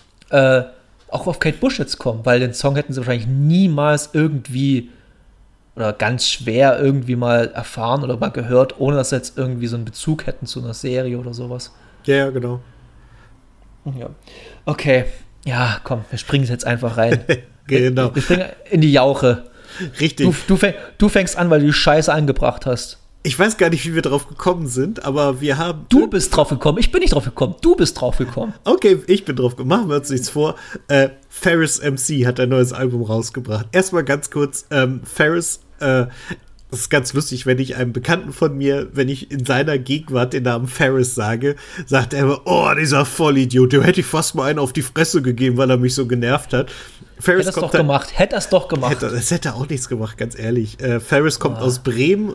auch auf Kate Bush jetzt kommen, weil den Song hätten sie wahrscheinlich niemals irgendwie oder ganz schwer irgendwie mal erfahren oder mal gehört, ohne dass sie jetzt irgendwie so einen Bezug hätten zu einer Serie oder sowas. Ja, genau. Ja. Okay, ja, komm, wir springen jetzt einfach rein. Genau. Wir springen in die Jauche. Richtig. Du fängst an, weil du die Scheiße angebracht hast. Ich weiß gar nicht, wie wir drauf gekommen sind, aber wir haben... Du bist drauf gekommen, ich bin nicht drauf gekommen, du bist drauf gekommen. Okay, ich bin drauf gekommen, machen wir uns nichts vor. Ferris MC hat ein neues Album rausgebracht. Erstmal ganz kurz, Ferris, das ist ganz lustig, wenn ich einem Bekannten von mir, wenn ich in seiner Gegenwart den Namen Ferris sage, sagt er immer, oh, dieser Vollidiot, dem hätte ich fast mal einen auf die Fresse gegeben, weil er mich so genervt hat. Ferris hätte das doch gemacht. Das hätte auch nichts gemacht, ganz ehrlich. Ferris kommt aus Bremen.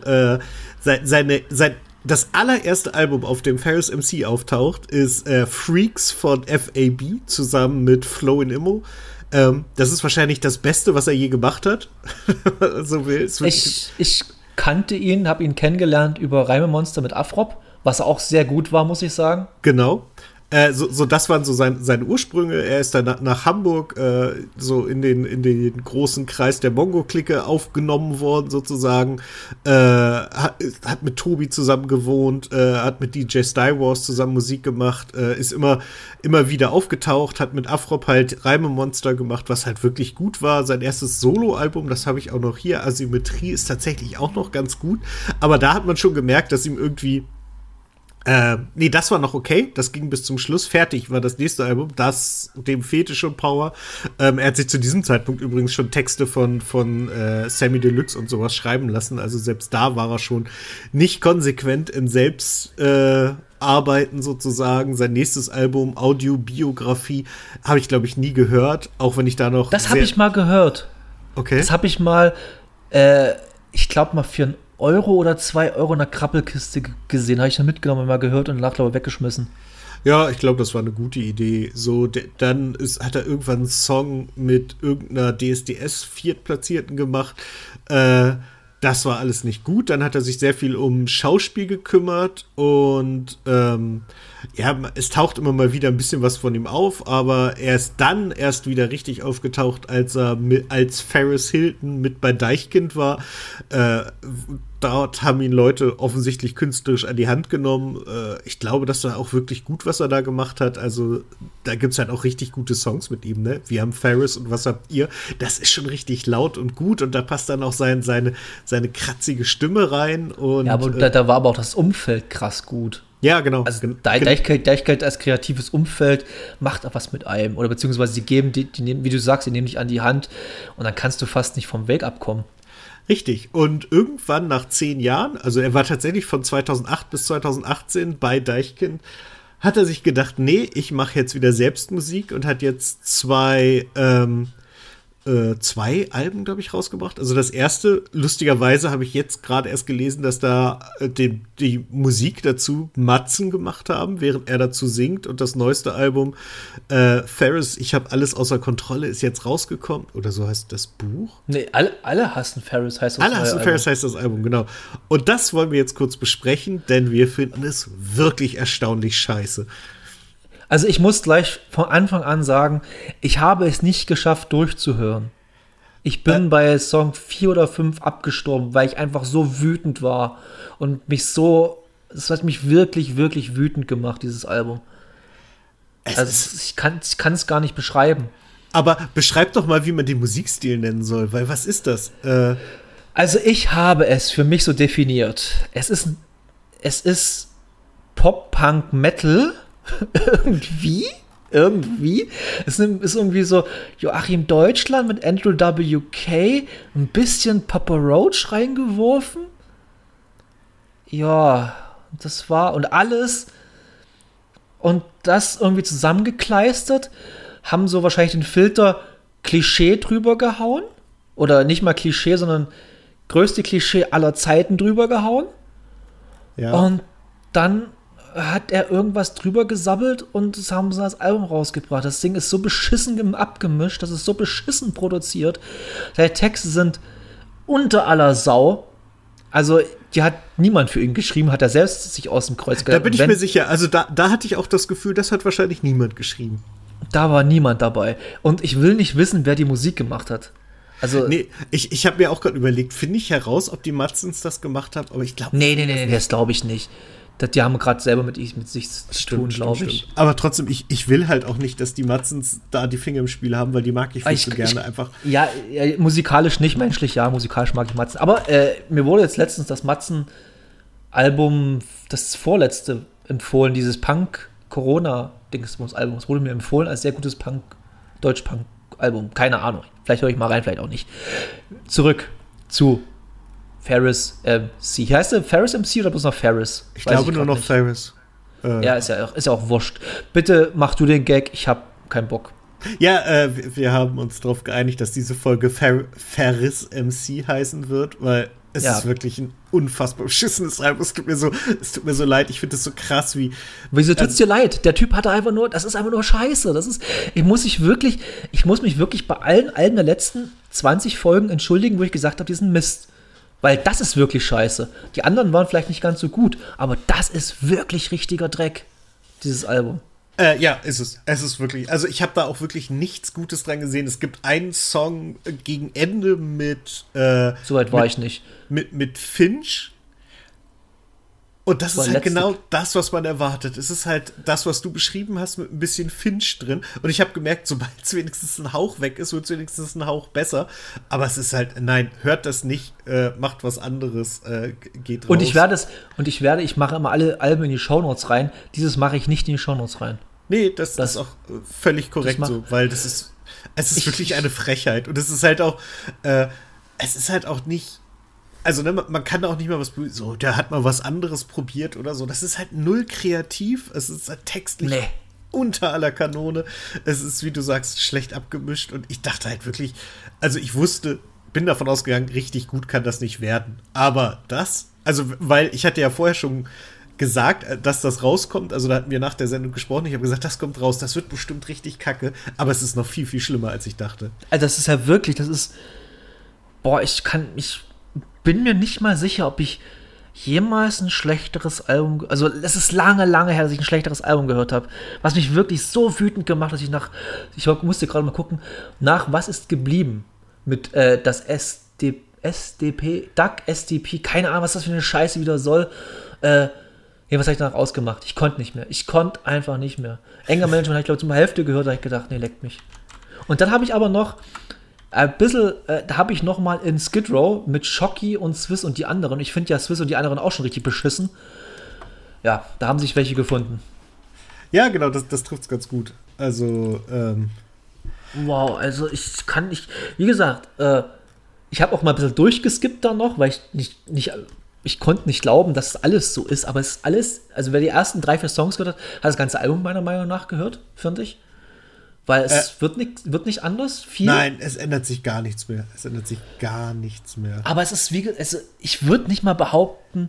Das allererste Album, auf dem Ferris MC auftaucht, ist Freaks von FAB zusammen mit Flo in Immo. Das ist wahrscheinlich das Beste, was er je gemacht hat. So will es. Ich kannte ihn, habe ihn kennengelernt über Reimemonster mit Afrop, was auch sehr gut war, muss ich sagen. Genau. Das waren so seine Ursprünge. Er ist dann nach Hamburg so in den großen Kreis der Mongo-Clique aufgenommen worden, sozusagen. Hat mit Tobi zusammen gewohnt, hat mit DJ Star Wars zusammen Musik gemacht, ist immer wieder aufgetaucht, hat mit Afrop halt Reimemonster gemacht, was halt wirklich gut war. Sein erstes Solo-Album, das habe ich auch noch hier, Asymmetrie, ist tatsächlich auch noch ganz gut. Aber da hat man schon gemerkt, dass ihm irgendwie das war noch okay, das ging bis zum Schluss. Fertig war das nächste Album, dem fehlte schon Power. Er hat sich zu diesem Zeitpunkt übrigens schon Texte von Sammy Deluxe und sowas schreiben lassen, also selbst da war er schon nicht konsequent im Selbstarbeiten sozusagen. Sein nächstes Album, Audiobiografie, habe ich, glaube ich, nie gehört, auch wenn ich da noch... Das habe ich mal gehört. Okay. Das habe ich mal, ich glaube mal für Euro oder 2 Euro in der Krabbelkiste gesehen. Habe ich dann mitgenommen und mal gehört und danach, glaube ich, weggeschmissen. Ja, ich glaube, das war eine gute Idee. So, dann hat er irgendwann einen Song mit irgendeiner DSDS-Viertplatzierten gemacht. Das war alles nicht gut. Dann hat er sich sehr viel um Schauspiel gekümmert und es taucht immer mal wieder ein bisschen was von ihm auf, aber er ist dann erst wieder richtig aufgetaucht, als er als Ferris Hilton mit bei Deichkind war. Dort haben ihn Leute offensichtlich künstlerisch an die Hand genommen. Ich glaube, das war auch wirklich gut, was er da gemacht hat. Also da gibt es halt auch richtig gute Songs mit ihm, ne? Wir haben Ferris und was habt ihr? Das ist schon richtig laut und gut und da passt dann auch seine kratzige Stimme rein. Und, ja, aber da war aber auch das Umfeld krass gut. Ja, genau. Also Deichkind als kreatives Umfeld macht auch was mit einem. Oder beziehungsweise sie geben, die nehmen, wie du sagst, die nehmen dich an die Hand und dann kannst du fast nicht vom Weg abkommen. Richtig. Und irgendwann nach 10 Jahren, also er war tatsächlich von 2008 bis 2018 bei Deichkind, hat er sich gedacht, nee, ich mache jetzt wieder selbst Musik und hat jetzt zwei Alben, glaube ich, rausgebracht. Also das erste, lustigerweise habe ich jetzt gerade erst gelesen, dass da die Musik dazu Matzen gemacht haben, während er dazu singt. Und das neueste Album, Ferris, ich habe alles außer Kontrolle, ist jetzt rausgekommen. Oder so heißt das Buch? Nee, alle hassen Ferris, heißt das Alle hassen Ferris, heißt das Album, genau. Und das wollen wir jetzt kurz besprechen, denn wir finden es wirklich erstaunlich scheiße. Also ich muss gleich von Anfang an sagen, ich habe es nicht geschafft durchzuhören. Ich bin bei Song 4 oder 5 abgestorben, weil ich einfach so wütend war und es hat mich wirklich, wirklich wütend gemacht, dieses Album. Ich kann es gar nicht beschreiben. Aber beschreib doch mal, wie man den Musikstil nennen soll, weil was ist das? Also ich habe es für mich so definiert. Es ist Pop-Punk-Metal, irgendwie. Es ist irgendwie so Joachim Deutschland mit Andrew WK, ein bisschen Papa Roach reingeworfen. Ja, das war und alles und das irgendwie zusammengekleistert, haben so wahrscheinlich den Filter Klischee drüber gehauen oder nicht mal Klischee, sondern größte Klischee aller Zeiten drüber gehauen. Ja. Und dann hat er irgendwas drüber gesabbelt und haben sie das Album rausgebracht. Das Ding ist so beschissen abgemischt, das ist so beschissen produziert. Die Texte sind unter aller Sau. Also, die hat niemand für ihn geschrieben, hat er selbst sich aus dem Kreuz gedacht. Da bin ich mir sicher. Also, da hatte ich auch das Gefühl, das hat wahrscheinlich niemand geschrieben. Da war niemand dabei. Und ich will nicht wissen, wer die Musik gemacht hat. Also, nee, ich habe mir auch gerade überlegt, finde ich heraus, ob die Matzens das gemacht haben, aber ich glaube Nee, das glaube ich nicht. Die haben gerade selber mit sich zu tun, glaube ich. Aber trotzdem, ich will halt auch nicht, dass die Matzens da die Finger im Spiel haben, weil die mag ich viel zu gerne einfach. Ja, musikalisch nicht, menschlich ja, musikalisch mag ich Matzen. Aber mir wurde jetzt letztens das Matzen-Album, das vorletzte, empfohlen, dieses Punk-Corona-Dingsbums-Album. Es wurde mir empfohlen als sehr gutes Deutsch-Punk-Album. Keine Ahnung, vielleicht höre ich mal rein, vielleicht auch nicht. Zurück zu Ferris MC. Heißt der Ferris MC oder bloß noch Ferris? Ich glaube nur noch nicht. Ferris. Ja, ist ja auch wurscht. Bitte mach du den Gag, ich habe keinen Bock. Ja, wir haben uns darauf geeinigt, dass diese Folge Ferris MC heißen wird, weil es ist wirklich ein unfassbar beschissenes Album. Es tut mir so leid, ich finde das so krass wie. Wieso tut's dir leid? Der Typ hatte das ist einfach nur Scheiße. Ich muss mich wirklich bei allen Alben der letzten 20 Folgen entschuldigen, wo ich gesagt habe, die sind Mist. Weil das ist wirklich scheiße. Die anderen waren vielleicht nicht ganz so gut, aber das ist wirklich richtiger Dreck, dieses Album. Ja, ist es. Es ist wirklich. Also ich habe da auch wirklich nichts Gutes dran gesehen. Es gibt einen Song gegen Ende mit. Soweit war ich nicht. Mit Finch. Und das ist halt genau das, was man erwartet. Es ist halt das, was du beschrieben hast, mit ein bisschen Finch drin. Und ich habe gemerkt, sobald es wenigstens ein Hauch weg ist, wird es wenigstens ein Hauch besser. Aber es ist halt, nein, hört das nicht, macht was anderes, geht raus. Und ich mache immer alle Alben in die Shownotes rein. Dieses mache ich nicht in die Shownotes rein. Nee, das ist auch völlig korrekt so, weil es ist wirklich eine Frechheit. Und es ist halt auch nicht. Also, ne, man kann da auch nicht mal so, der hat mal was anderes probiert oder so. Das ist halt null kreativ. Es ist halt textlich unter aller Kanone. Es ist, wie du sagst, schlecht abgemischt. Und ich dachte halt wirklich, also bin davon ausgegangen, richtig gut kann das nicht werden. Aber weil ich hatte ja vorher schon gesagt, dass das rauskommt. Also, da hatten wir nach der Sendung gesprochen. Ich habe gesagt, das kommt raus. Das wird bestimmt richtig kacke. Aber es ist noch viel, viel schlimmer, als ich dachte. Also, das ist ja wirklich, ich bin mir nicht mal sicher, ob ich jemals ein schlechteres Album, also es ist lange, lange her, dass ich ein schlechteres Album gehört habe, was mich wirklich so wütend gemacht hat, dass ich musste gerade mal gucken, nach Was ist geblieben mit das SDP, keine Ahnung, was das für eine Scheiße wieder soll, was habe ich danach ausgemacht? Ich konnte nicht mehr. Ich konnte einfach nicht mehr. Anger Management habe ich, glaube ich, zur Hälfte gehört, da habe ich gedacht, nee, leckt mich. Und dann habe ich aber noch ein bisschen, da habe ich noch mal in Skid Row mit Shocky und Swiss und die anderen. Ich finde ja Swiss und die anderen auch schon richtig beschissen. ja, da haben sich welche gefunden. Ja, genau, das trifft es ganz gut. Also, Wow, also ich kann nicht, wie gesagt, ich habe auch mal ein bisschen durchgeskippt da noch, weil ich konnte nicht glauben, dass es alles so ist, aber es ist alles, also wer die ersten 3, 4 Songs gehört hat das ganze Album meiner Meinung nach gehört, finde ich. Weil es wird nicht anders. Nein, es ändert sich gar nichts mehr. Es ändert sich gar nichts mehr. Aber es ist ich würde nicht mal behaupten,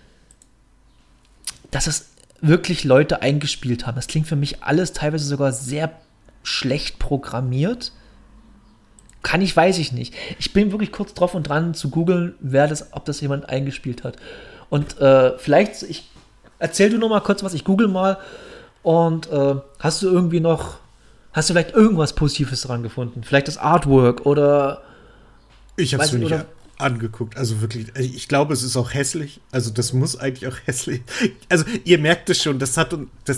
dass es wirklich Leute eingespielt haben. Das klingt für mich alles teilweise sogar sehr schlecht programmiert. Weiß ich nicht. Ich bin wirklich kurz drauf und dran zu googeln, ob das jemand eingespielt hat. Und erzähl du noch mal kurz was, ich google mal. Und hast du vielleicht irgendwas Positives daran gefunden? Vielleicht das Artwork oder... Ich habe es mir nicht angeguckt. Also wirklich, ich glaube, es ist auch hässlich. Also das muss eigentlich auch hässlich... Also ihr merkt es schon, es hat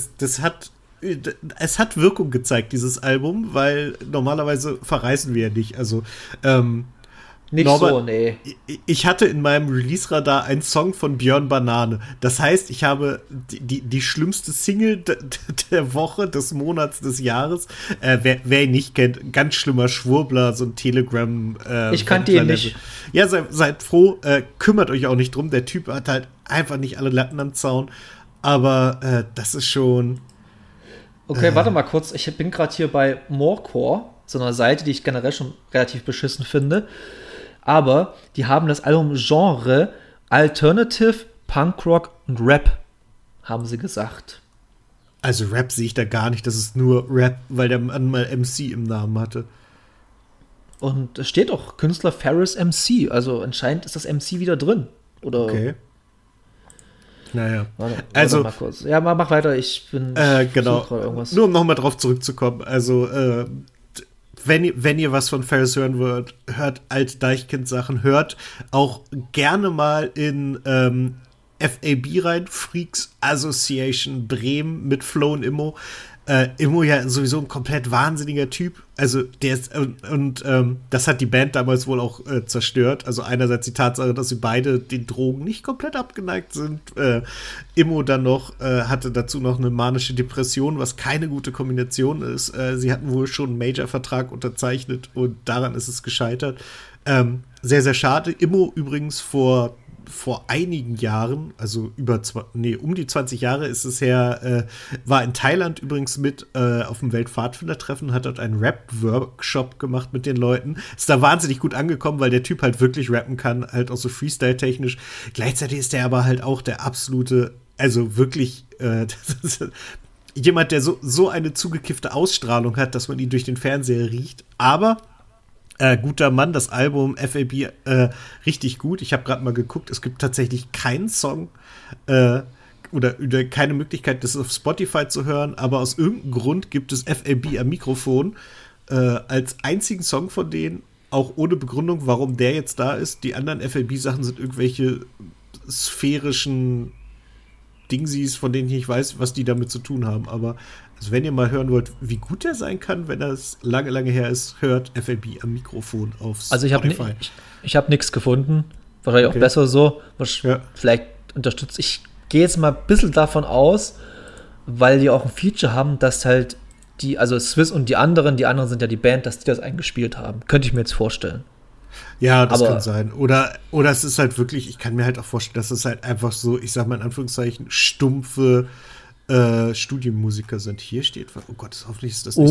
Wirkung gezeigt, dieses Album, weil normalerweise verreißen wir ja nicht. Also, nicht Norbert, so, nee. Ich hatte in meinem Release-Radar einen Song von Björn Banane. Das heißt, ich habe die schlimmste Single der Woche, des Monats, des Jahres. Wer ihn nicht kennt, ganz schlimmer Schwurbler, so ein Telegram. Ich kannte ihn nicht. Ja, seid froh, kümmert euch auch nicht drum. Der Typ hat halt einfach nicht alle Latten am Zaun. Aber das ist schon... Okay, warte mal kurz. Ich bin gerade hier bei Morecore, so einer Seite, die ich generell schon relativ beschissen finde. Aber die haben das Album Genre Alternative, Punkrock und Rap, haben sie gesagt. Also Rap sehe ich da gar nicht. Das ist nur Rap, weil der Mann mal MC im Namen hatte. Und es steht auch Künstler Ferris MC. Also anscheinend ist das MC wieder drin. Oder? Okay. Naja. Warte mal kurz. Ja, mach weiter. Ich genau. Nur um nochmal drauf zurückzukommen. Also, wenn ihr was von Ferris hören wollt, hört alte Deichkind-Sachen, hört auch gerne mal in FAB rein, Freaks Association Bremen mit Flo und Immo. Immo ja sowieso ein komplett wahnsinniger Typ. Also der ist das hat die Band damals wohl auch zerstört. Also einerseits die Tatsache, dass sie beide den Drogen nicht komplett abgeneigt sind. Immo dann noch hatte dazu noch eine manische Depression, was keine gute Kombination ist. Sie hatten wohl schon einen Major-Vertrag unterzeichnet und daran ist es gescheitert. Sehr, sehr schade. Immo übrigens vor einigen Jahren, also um die 20 Jahre ist es her, war in Thailand übrigens mit auf dem Weltpfadfindertreffen, hat dort einen Rap-Workshop gemacht mit den Leuten. Ist da wahnsinnig gut angekommen, weil der Typ halt wirklich rappen kann, halt auch so Freestyle-technisch. Gleichzeitig ist der aber halt auch der absolute, also wirklich jemand, der so eine zugekiffte Ausstrahlung hat, dass man ihn durch den Fernseher riecht. Aber guter Mann, das Album FAB richtig gut. Ich habe gerade mal geguckt, es gibt tatsächlich keinen Song oder keine Möglichkeit, das auf Spotify zu hören, aber aus irgendeinem Grund gibt es FAB am Mikrofon als einzigen Song von denen, auch ohne Begründung, warum der jetzt da ist. Die anderen FAB-Sachen sind irgendwelche sphärischen Dingsies, von denen ich nicht weiß, was die damit zu tun haben, aber also wenn ihr mal hören wollt, wie gut der sein kann, wenn das lange, lange her ist, hört FAB am Mikrofon auf Spotify. Also ich habe nichts gefunden. Wahrscheinlich auch besser so. Vielleicht unterstützt. Ich gehe jetzt mal ein bisschen davon aus, weil die auch ein Feature haben, dass halt also Swiss und die anderen sind ja die Band, dass die das eingespielt haben. Könnte ich mir jetzt vorstellen. Ja, das kann sein. Oder es ist halt wirklich, ich kann mir halt auch vorstellen, dass es halt einfach so, ich sag mal in Anführungszeichen, stumpfe Studienmusiker sind. Hier steht, oh Gott, hoffentlich ist das nicht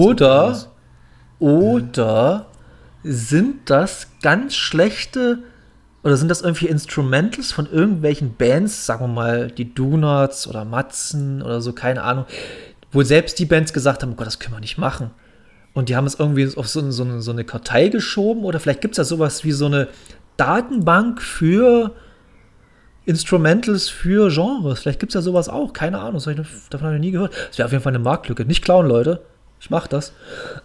Oder sind das ganz schlechte, oder sind das irgendwie Instrumentals von irgendwelchen Bands, sagen wir mal die Donuts oder Matzen oder so, keine Ahnung, wo selbst die Bands gesagt haben, oh Gott, das können wir nicht machen. Und die haben es irgendwie auf so eine Kartei geschoben, oder vielleicht gibt es ja sowas wie so eine Datenbank für Instrumentals für Genres. Vielleicht gibt es ja sowas auch. Keine Ahnung. Davon habe ich nie gehört. Das wäre auf jeden Fall eine Marktlücke. Nicht klauen, Leute. Ich mache das.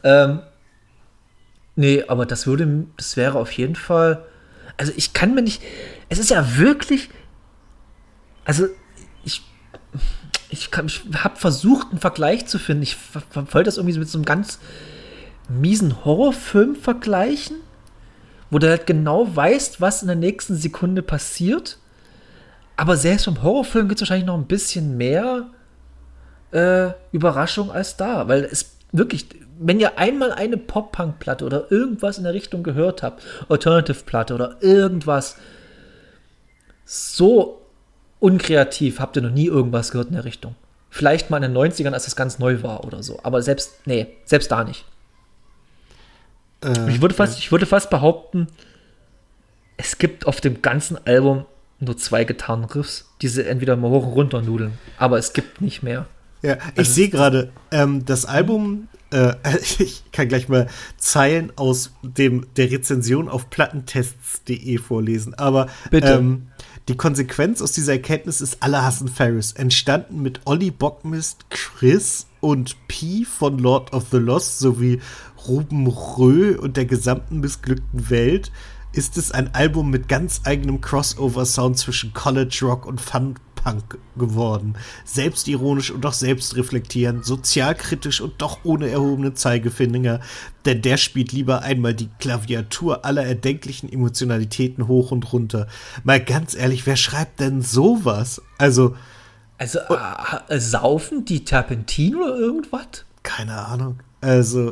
Nee, aber das wäre auf jeden Fall. Also ich kann mir nicht. Es ist ja wirklich. Also ich habe versucht, einen Vergleich zu finden. Ich wollte das irgendwie mit so einem ganz miesen Horrorfilm vergleichen, wo du halt genau weißt, was in der nächsten Sekunde passiert. Aber selbst beim Horrorfilm gibt es wahrscheinlich noch ein bisschen mehr Überraschung als da. Weil es wirklich, wenn ihr einmal eine Pop-Punk-Platte oder irgendwas in der Richtung gehört habt, Alternative-Platte oder irgendwas, so unkreativ habt ihr noch nie irgendwas gehört in der Richtung. Vielleicht mal in den 90ern, als das ganz neu war oder so. Aber selbst da nicht. Ich würde fast behaupten, es gibt auf dem ganzen Album nur 2 Gitarrenriffs, die sie entweder mal hoch und runter nudeln. Aber es gibt nicht mehr. Ja, ich sehe gerade, das Album, ich kann gleich mal Zeilen aus der Rezension auf plattentests.de vorlesen, aber Bitte. Die Konsequenz aus dieser Erkenntnis ist, alle hassen Ferris. Entstanden mit Olli Bockmist, Chris und Pi von Lord of the Lost sowie Ruben Röh und der gesamten missglückten Welt, ist es ein Album mit ganz eigenem Crossover-Sound zwischen College Rock und Fun-Punk geworden. Selbstironisch und doch selbstreflektierend, sozialkritisch und doch ohne erhobenen Zeigefinger, denn der spielt lieber einmal die Klaviatur aller erdenklichen Emotionalitäten hoch und runter. Mal ganz ehrlich, wer schreibt denn sowas? Also, saufen die Terpentin oder irgendwas? keine Ahnung. Also,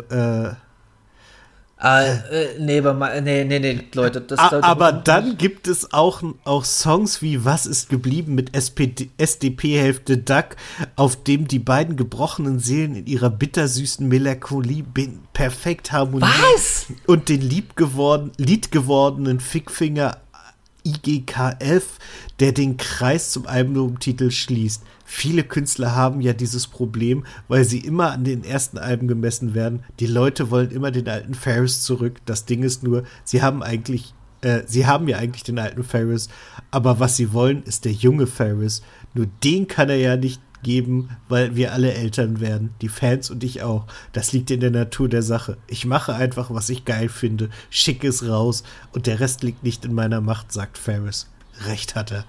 Nee, Leute. aber dann gibt es auch Songs wie Was ist geblieben mit SDP-Hälfte Duck, auf dem die beiden gebrochenen Seelen in ihrer bittersüßen Melancholie perfekt harmonieren. Was? Und den liedgewordenen Fickfinger IGKF, der den Kreis zum Albumtitel schließt. Viele Künstler haben ja dieses Problem, weil sie immer an den ersten Alben gemessen werden. Die Leute wollen immer den alten Ferris zurück. Das Ding ist nur, sie haben ja eigentlich den alten Ferris, aber was sie wollen, ist der junge Ferris. Nur den kann er ja nicht geben, weil wir alle Eltern werden. Die Fans und ich auch. Das liegt in der Natur der Sache. Ich mache einfach, was ich geil finde, schicke es raus und der Rest liegt nicht in meiner Macht, sagt Ferris. Recht hat er.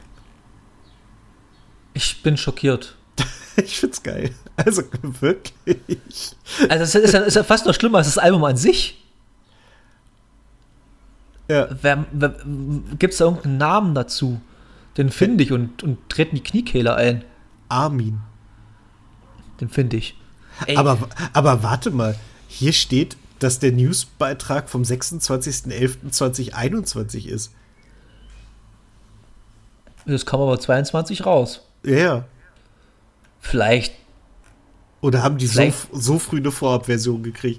Ich bin schockiert. Ich find's geil. Also wirklich. Also es ist ja fast noch schlimmer als das Album an sich. Ja. Gibt es da irgendeinen Namen dazu? Den finde ich und treten die Kniekehle ein. Armin. Den finde ich. Ey. Aber warte mal. Hier steht, dass der Newsbeitrag vom 26.11.2021 ist. Das kam aber 22 raus. Ja. Vielleicht. Oder haben die so früh eine Vorabversion gekriegt?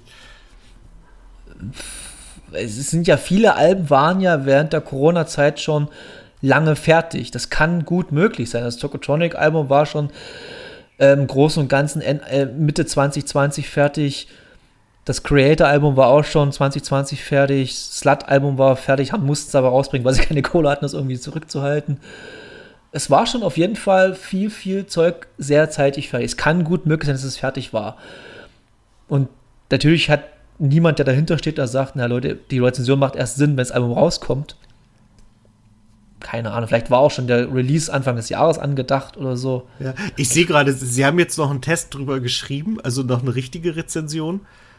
Es sind ja viele Alben, waren ja während der Corona-Zeit schon lange fertig. Das kann gut möglich sein. Das Tokotronic-Album war schon im Großen und Ganzen Mitte 2020 fertig. Das Creator-Album war auch schon 2020 fertig. Slut-Album war fertig, mussten es aber rausbringen, weil sie keine Kohle hatten, das irgendwie zurückzuhalten. Es war schon auf jeden Fall viel Zeug sehr zeitig fertig. Es kann gut möglich sein, dass es fertig war. Und natürlich hat niemand, der dahinter steht, der sagt, na Leute, die Rezension macht erst Sinn, wenn das Album rauskommt. Keine Ahnung, vielleicht war auch schon der Release Anfang des Jahres angedacht oder so. Ja, ich sehe gerade, sie haben jetzt noch einen Test drüber geschrieben, also noch eine richtige Rezension.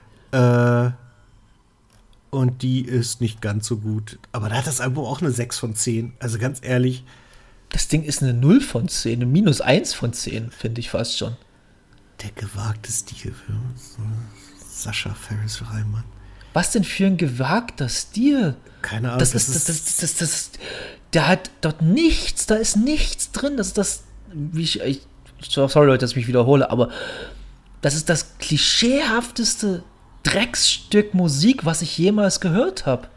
Und die ist nicht ganz so gut. Aber da hat das Album auch eine 6 von 10. Also ganz ehrlich. Das Ding ist eine 0 von 10, eine -1 von 10, finde ich fast schon. Der gewagte Stil. Sascha Ferris Reimann. Was denn für ein gewagter Stil? Keine Ahnung. Der hat dort nichts, da ist nichts drin. Das ist das, sorry Leute, dass ich mich wiederhole, aber das ist das klischeehafteste Drecksstück Musik, was ich jemals gehört habe.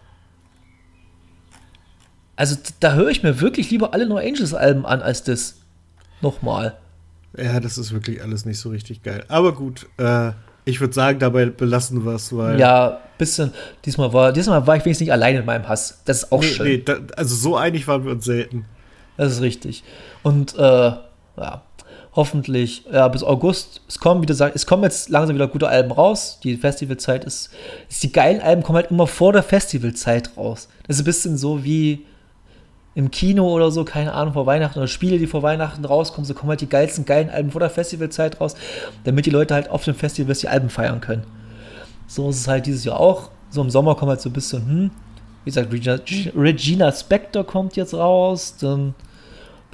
Also da höre ich mir wirklich lieber alle No Angels Alben an als das. Nochmal. Ja, das ist wirklich alles nicht so richtig geil. Aber gut, ich würde sagen, dabei belassen wir es, weil. Ja, bisschen. Diesmal war ich wenigstens nicht allein in meinem Hass. Das ist auch schön. Also so einig waren wir uns selten. Das ist richtig. Und hoffentlich bis August. Es kommen jetzt langsam wieder gute Alben raus. Die Festivalzeit ist die geilen Alben kommen halt immer vor der Festivalzeit raus. Das ist ein bisschen so wie im Kino oder so, keine Ahnung, vor Weihnachten oder Spiele, die vor Weihnachten rauskommen, so kommen halt die geilsten geilen Alben vor der Festivalzeit raus, damit die Leute halt auf dem Festival die Alben feiern können. So ist es halt dieses Jahr auch. So im Sommer kommt halt so ein bisschen, wie gesagt, Regina Spektor kommt jetzt raus, dann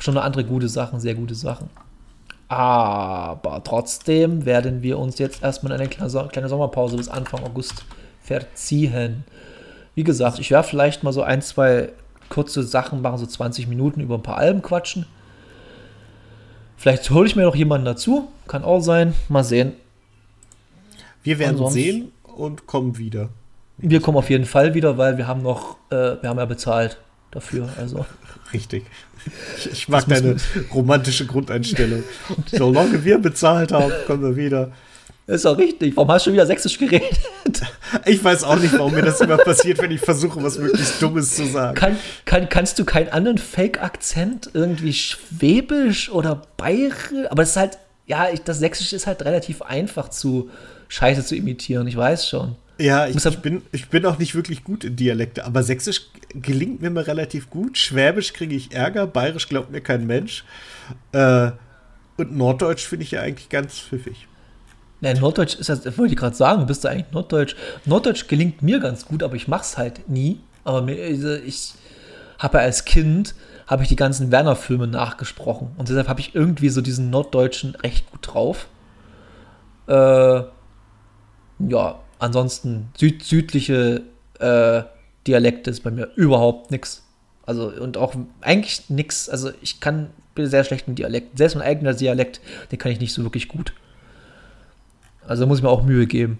schon noch andere gute Sachen, sehr gute Sachen. Aber trotzdem werden wir uns jetzt erstmal in eine kleine Sommerpause bis Anfang August verziehen. Wie gesagt, ich werde vielleicht mal so 1, 2 kurze Sachen machen, so 20 Minuten über ein paar Alben quatschen. Vielleicht hole ich mir noch jemanden dazu. Kann auch sein. Mal sehen. Wir werden sehen und kommen wieder. Wir kommen auf jeden Fall wieder, weil wir haben ja bezahlt dafür. Also. Richtig. Ich mag deine romantische Grundeinstellung. Solange wir bezahlt haben, kommen wir wieder. Ist auch richtig. Warum hast du schon wieder Sächsisch geredet? Ich weiß auch nicht, warum mir das immer passiert, wenn ich versuche, was möglichst Dummes zu sagen. Kannst du keinen anderen Fake-Akzent? Irgendwie Schwäbisch oder Bayerisch? Aber es ist halt, ja, das Sächsische ist halt relativ einfach Scheiße zu imitieren. Ich weiß schon. Ja, ich bin auch nicht wirklich gut in Dialekte, aber Sächsisch gelingt mir mal relativ gut. Schwäbisch kriege ich Ärger, Bayerisch glaubt mir kein Mensch. Und Norddeutsch finde ich ja eigentlich ganz pfiffig. Nein, Norddeutsch ist das wollte ich gerade sagen, bist du eigentlich Norddeutsch? Norddeutsch gelingt mir ganz gut, aber ich mach's halt nie. Aber ich habe ja als Kind die ganzen Werner-Filme nachgesprochen und deshalb habe ich irgendwie so diesen Norddeutschen recht gut drauf. Ja, ansonsten südliche Dialekte ist bei mir überhaupt nix. Also und auch eigentlich nix. Also bin sehr schlecht im Dialekt. Selbst mein eigener Dialekt, den kann ich nicht so wirklich gut. Also muss ich mir auch Mühe geben.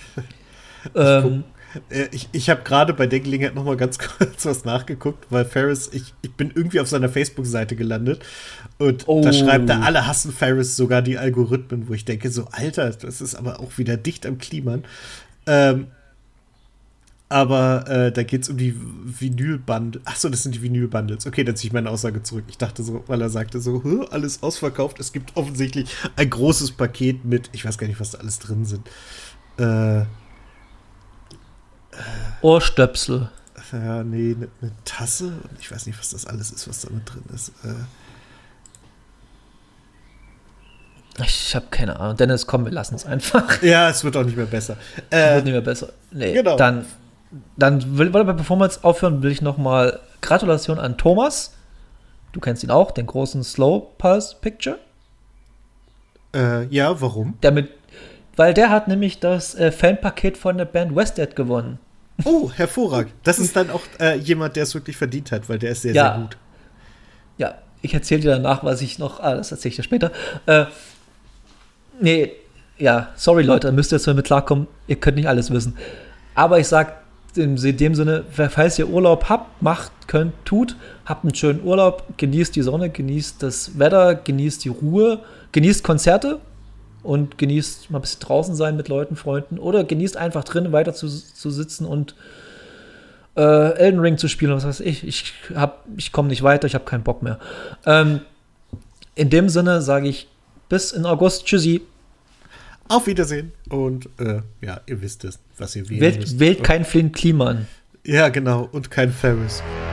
Ich habe gerade bei der Gelegenheit noch mal ganz kurz was nachgeguckt, weil Ferris, ich bin irgendwie auf seiner Facebook-Seite gelandet und da schreibt er, alle hassen Ferris, sogar die Algorithmen, wo ich denke, so Alter, das ist aber auch wieder dicht am Kliman. Aber da geht es um die Vinyl-Bundles. Achso, das sind die Vinyl-Bundles. Okay, dann ziehe ich meine Aussage zurück. Ich dachte so, weil er sagte so, alles ausverkauft. Es gibt offensichtlich ein großes Paket mit, ich weiß gar nicht, was da alles drin sind. Ohrstöpsel. Ja, nee, eine Tasse. Ich weiß nicht, was das alles ist, was da mit drin ist. Ich habe keine Ahnung. Dennis, komm, wir lassen es einfach. Ja, es wird auch nicht mehr besser. Wird nicht mehr besser. Nee, genau. Bevor wir jetzt aufhören, will ich noch mal Gratulation an Thomas. Du kennst ihn auch, den großen Slow Pulse Picture. Ja, warum? Weil der hat nämlich das Fanpaket von der Band Wested gewonnen. Oh, hervorragend. Das ist dann auch jemand, der es wirklich verdient hat, weil der ist sehr, sehr gut. Ja, ich erzähle dir danach, was ich noch. Das erzähle ich dir später. Sorry Leute, dann müsst ihr jetzt mit klarkommen. Ihr könnt nicht alles wissen. Aber ich sag in dem Sinne, falls ihr Urlaub habt, habt einen schönen Urlaub, genießt die Sonne, genießt das Wetter, genießt die Ruhe, genießt Konzerte und genießt mal ein bisschen draußen sein mit Leuten, Freunden oder genießt einfach drin weiter zu sitzen und Elden Ring zu spielen, was weiß ich. Ich komme nicht weiter, ich habe keinen Bock mehr. In dem Sinne sage ich bis in August. Tschüssi. Auf Wiedersehen. Und ihr wisst es, was ihr wählen müsst. Wählt kein Flynn Kliman. Ja, genau. Und kein Ferris.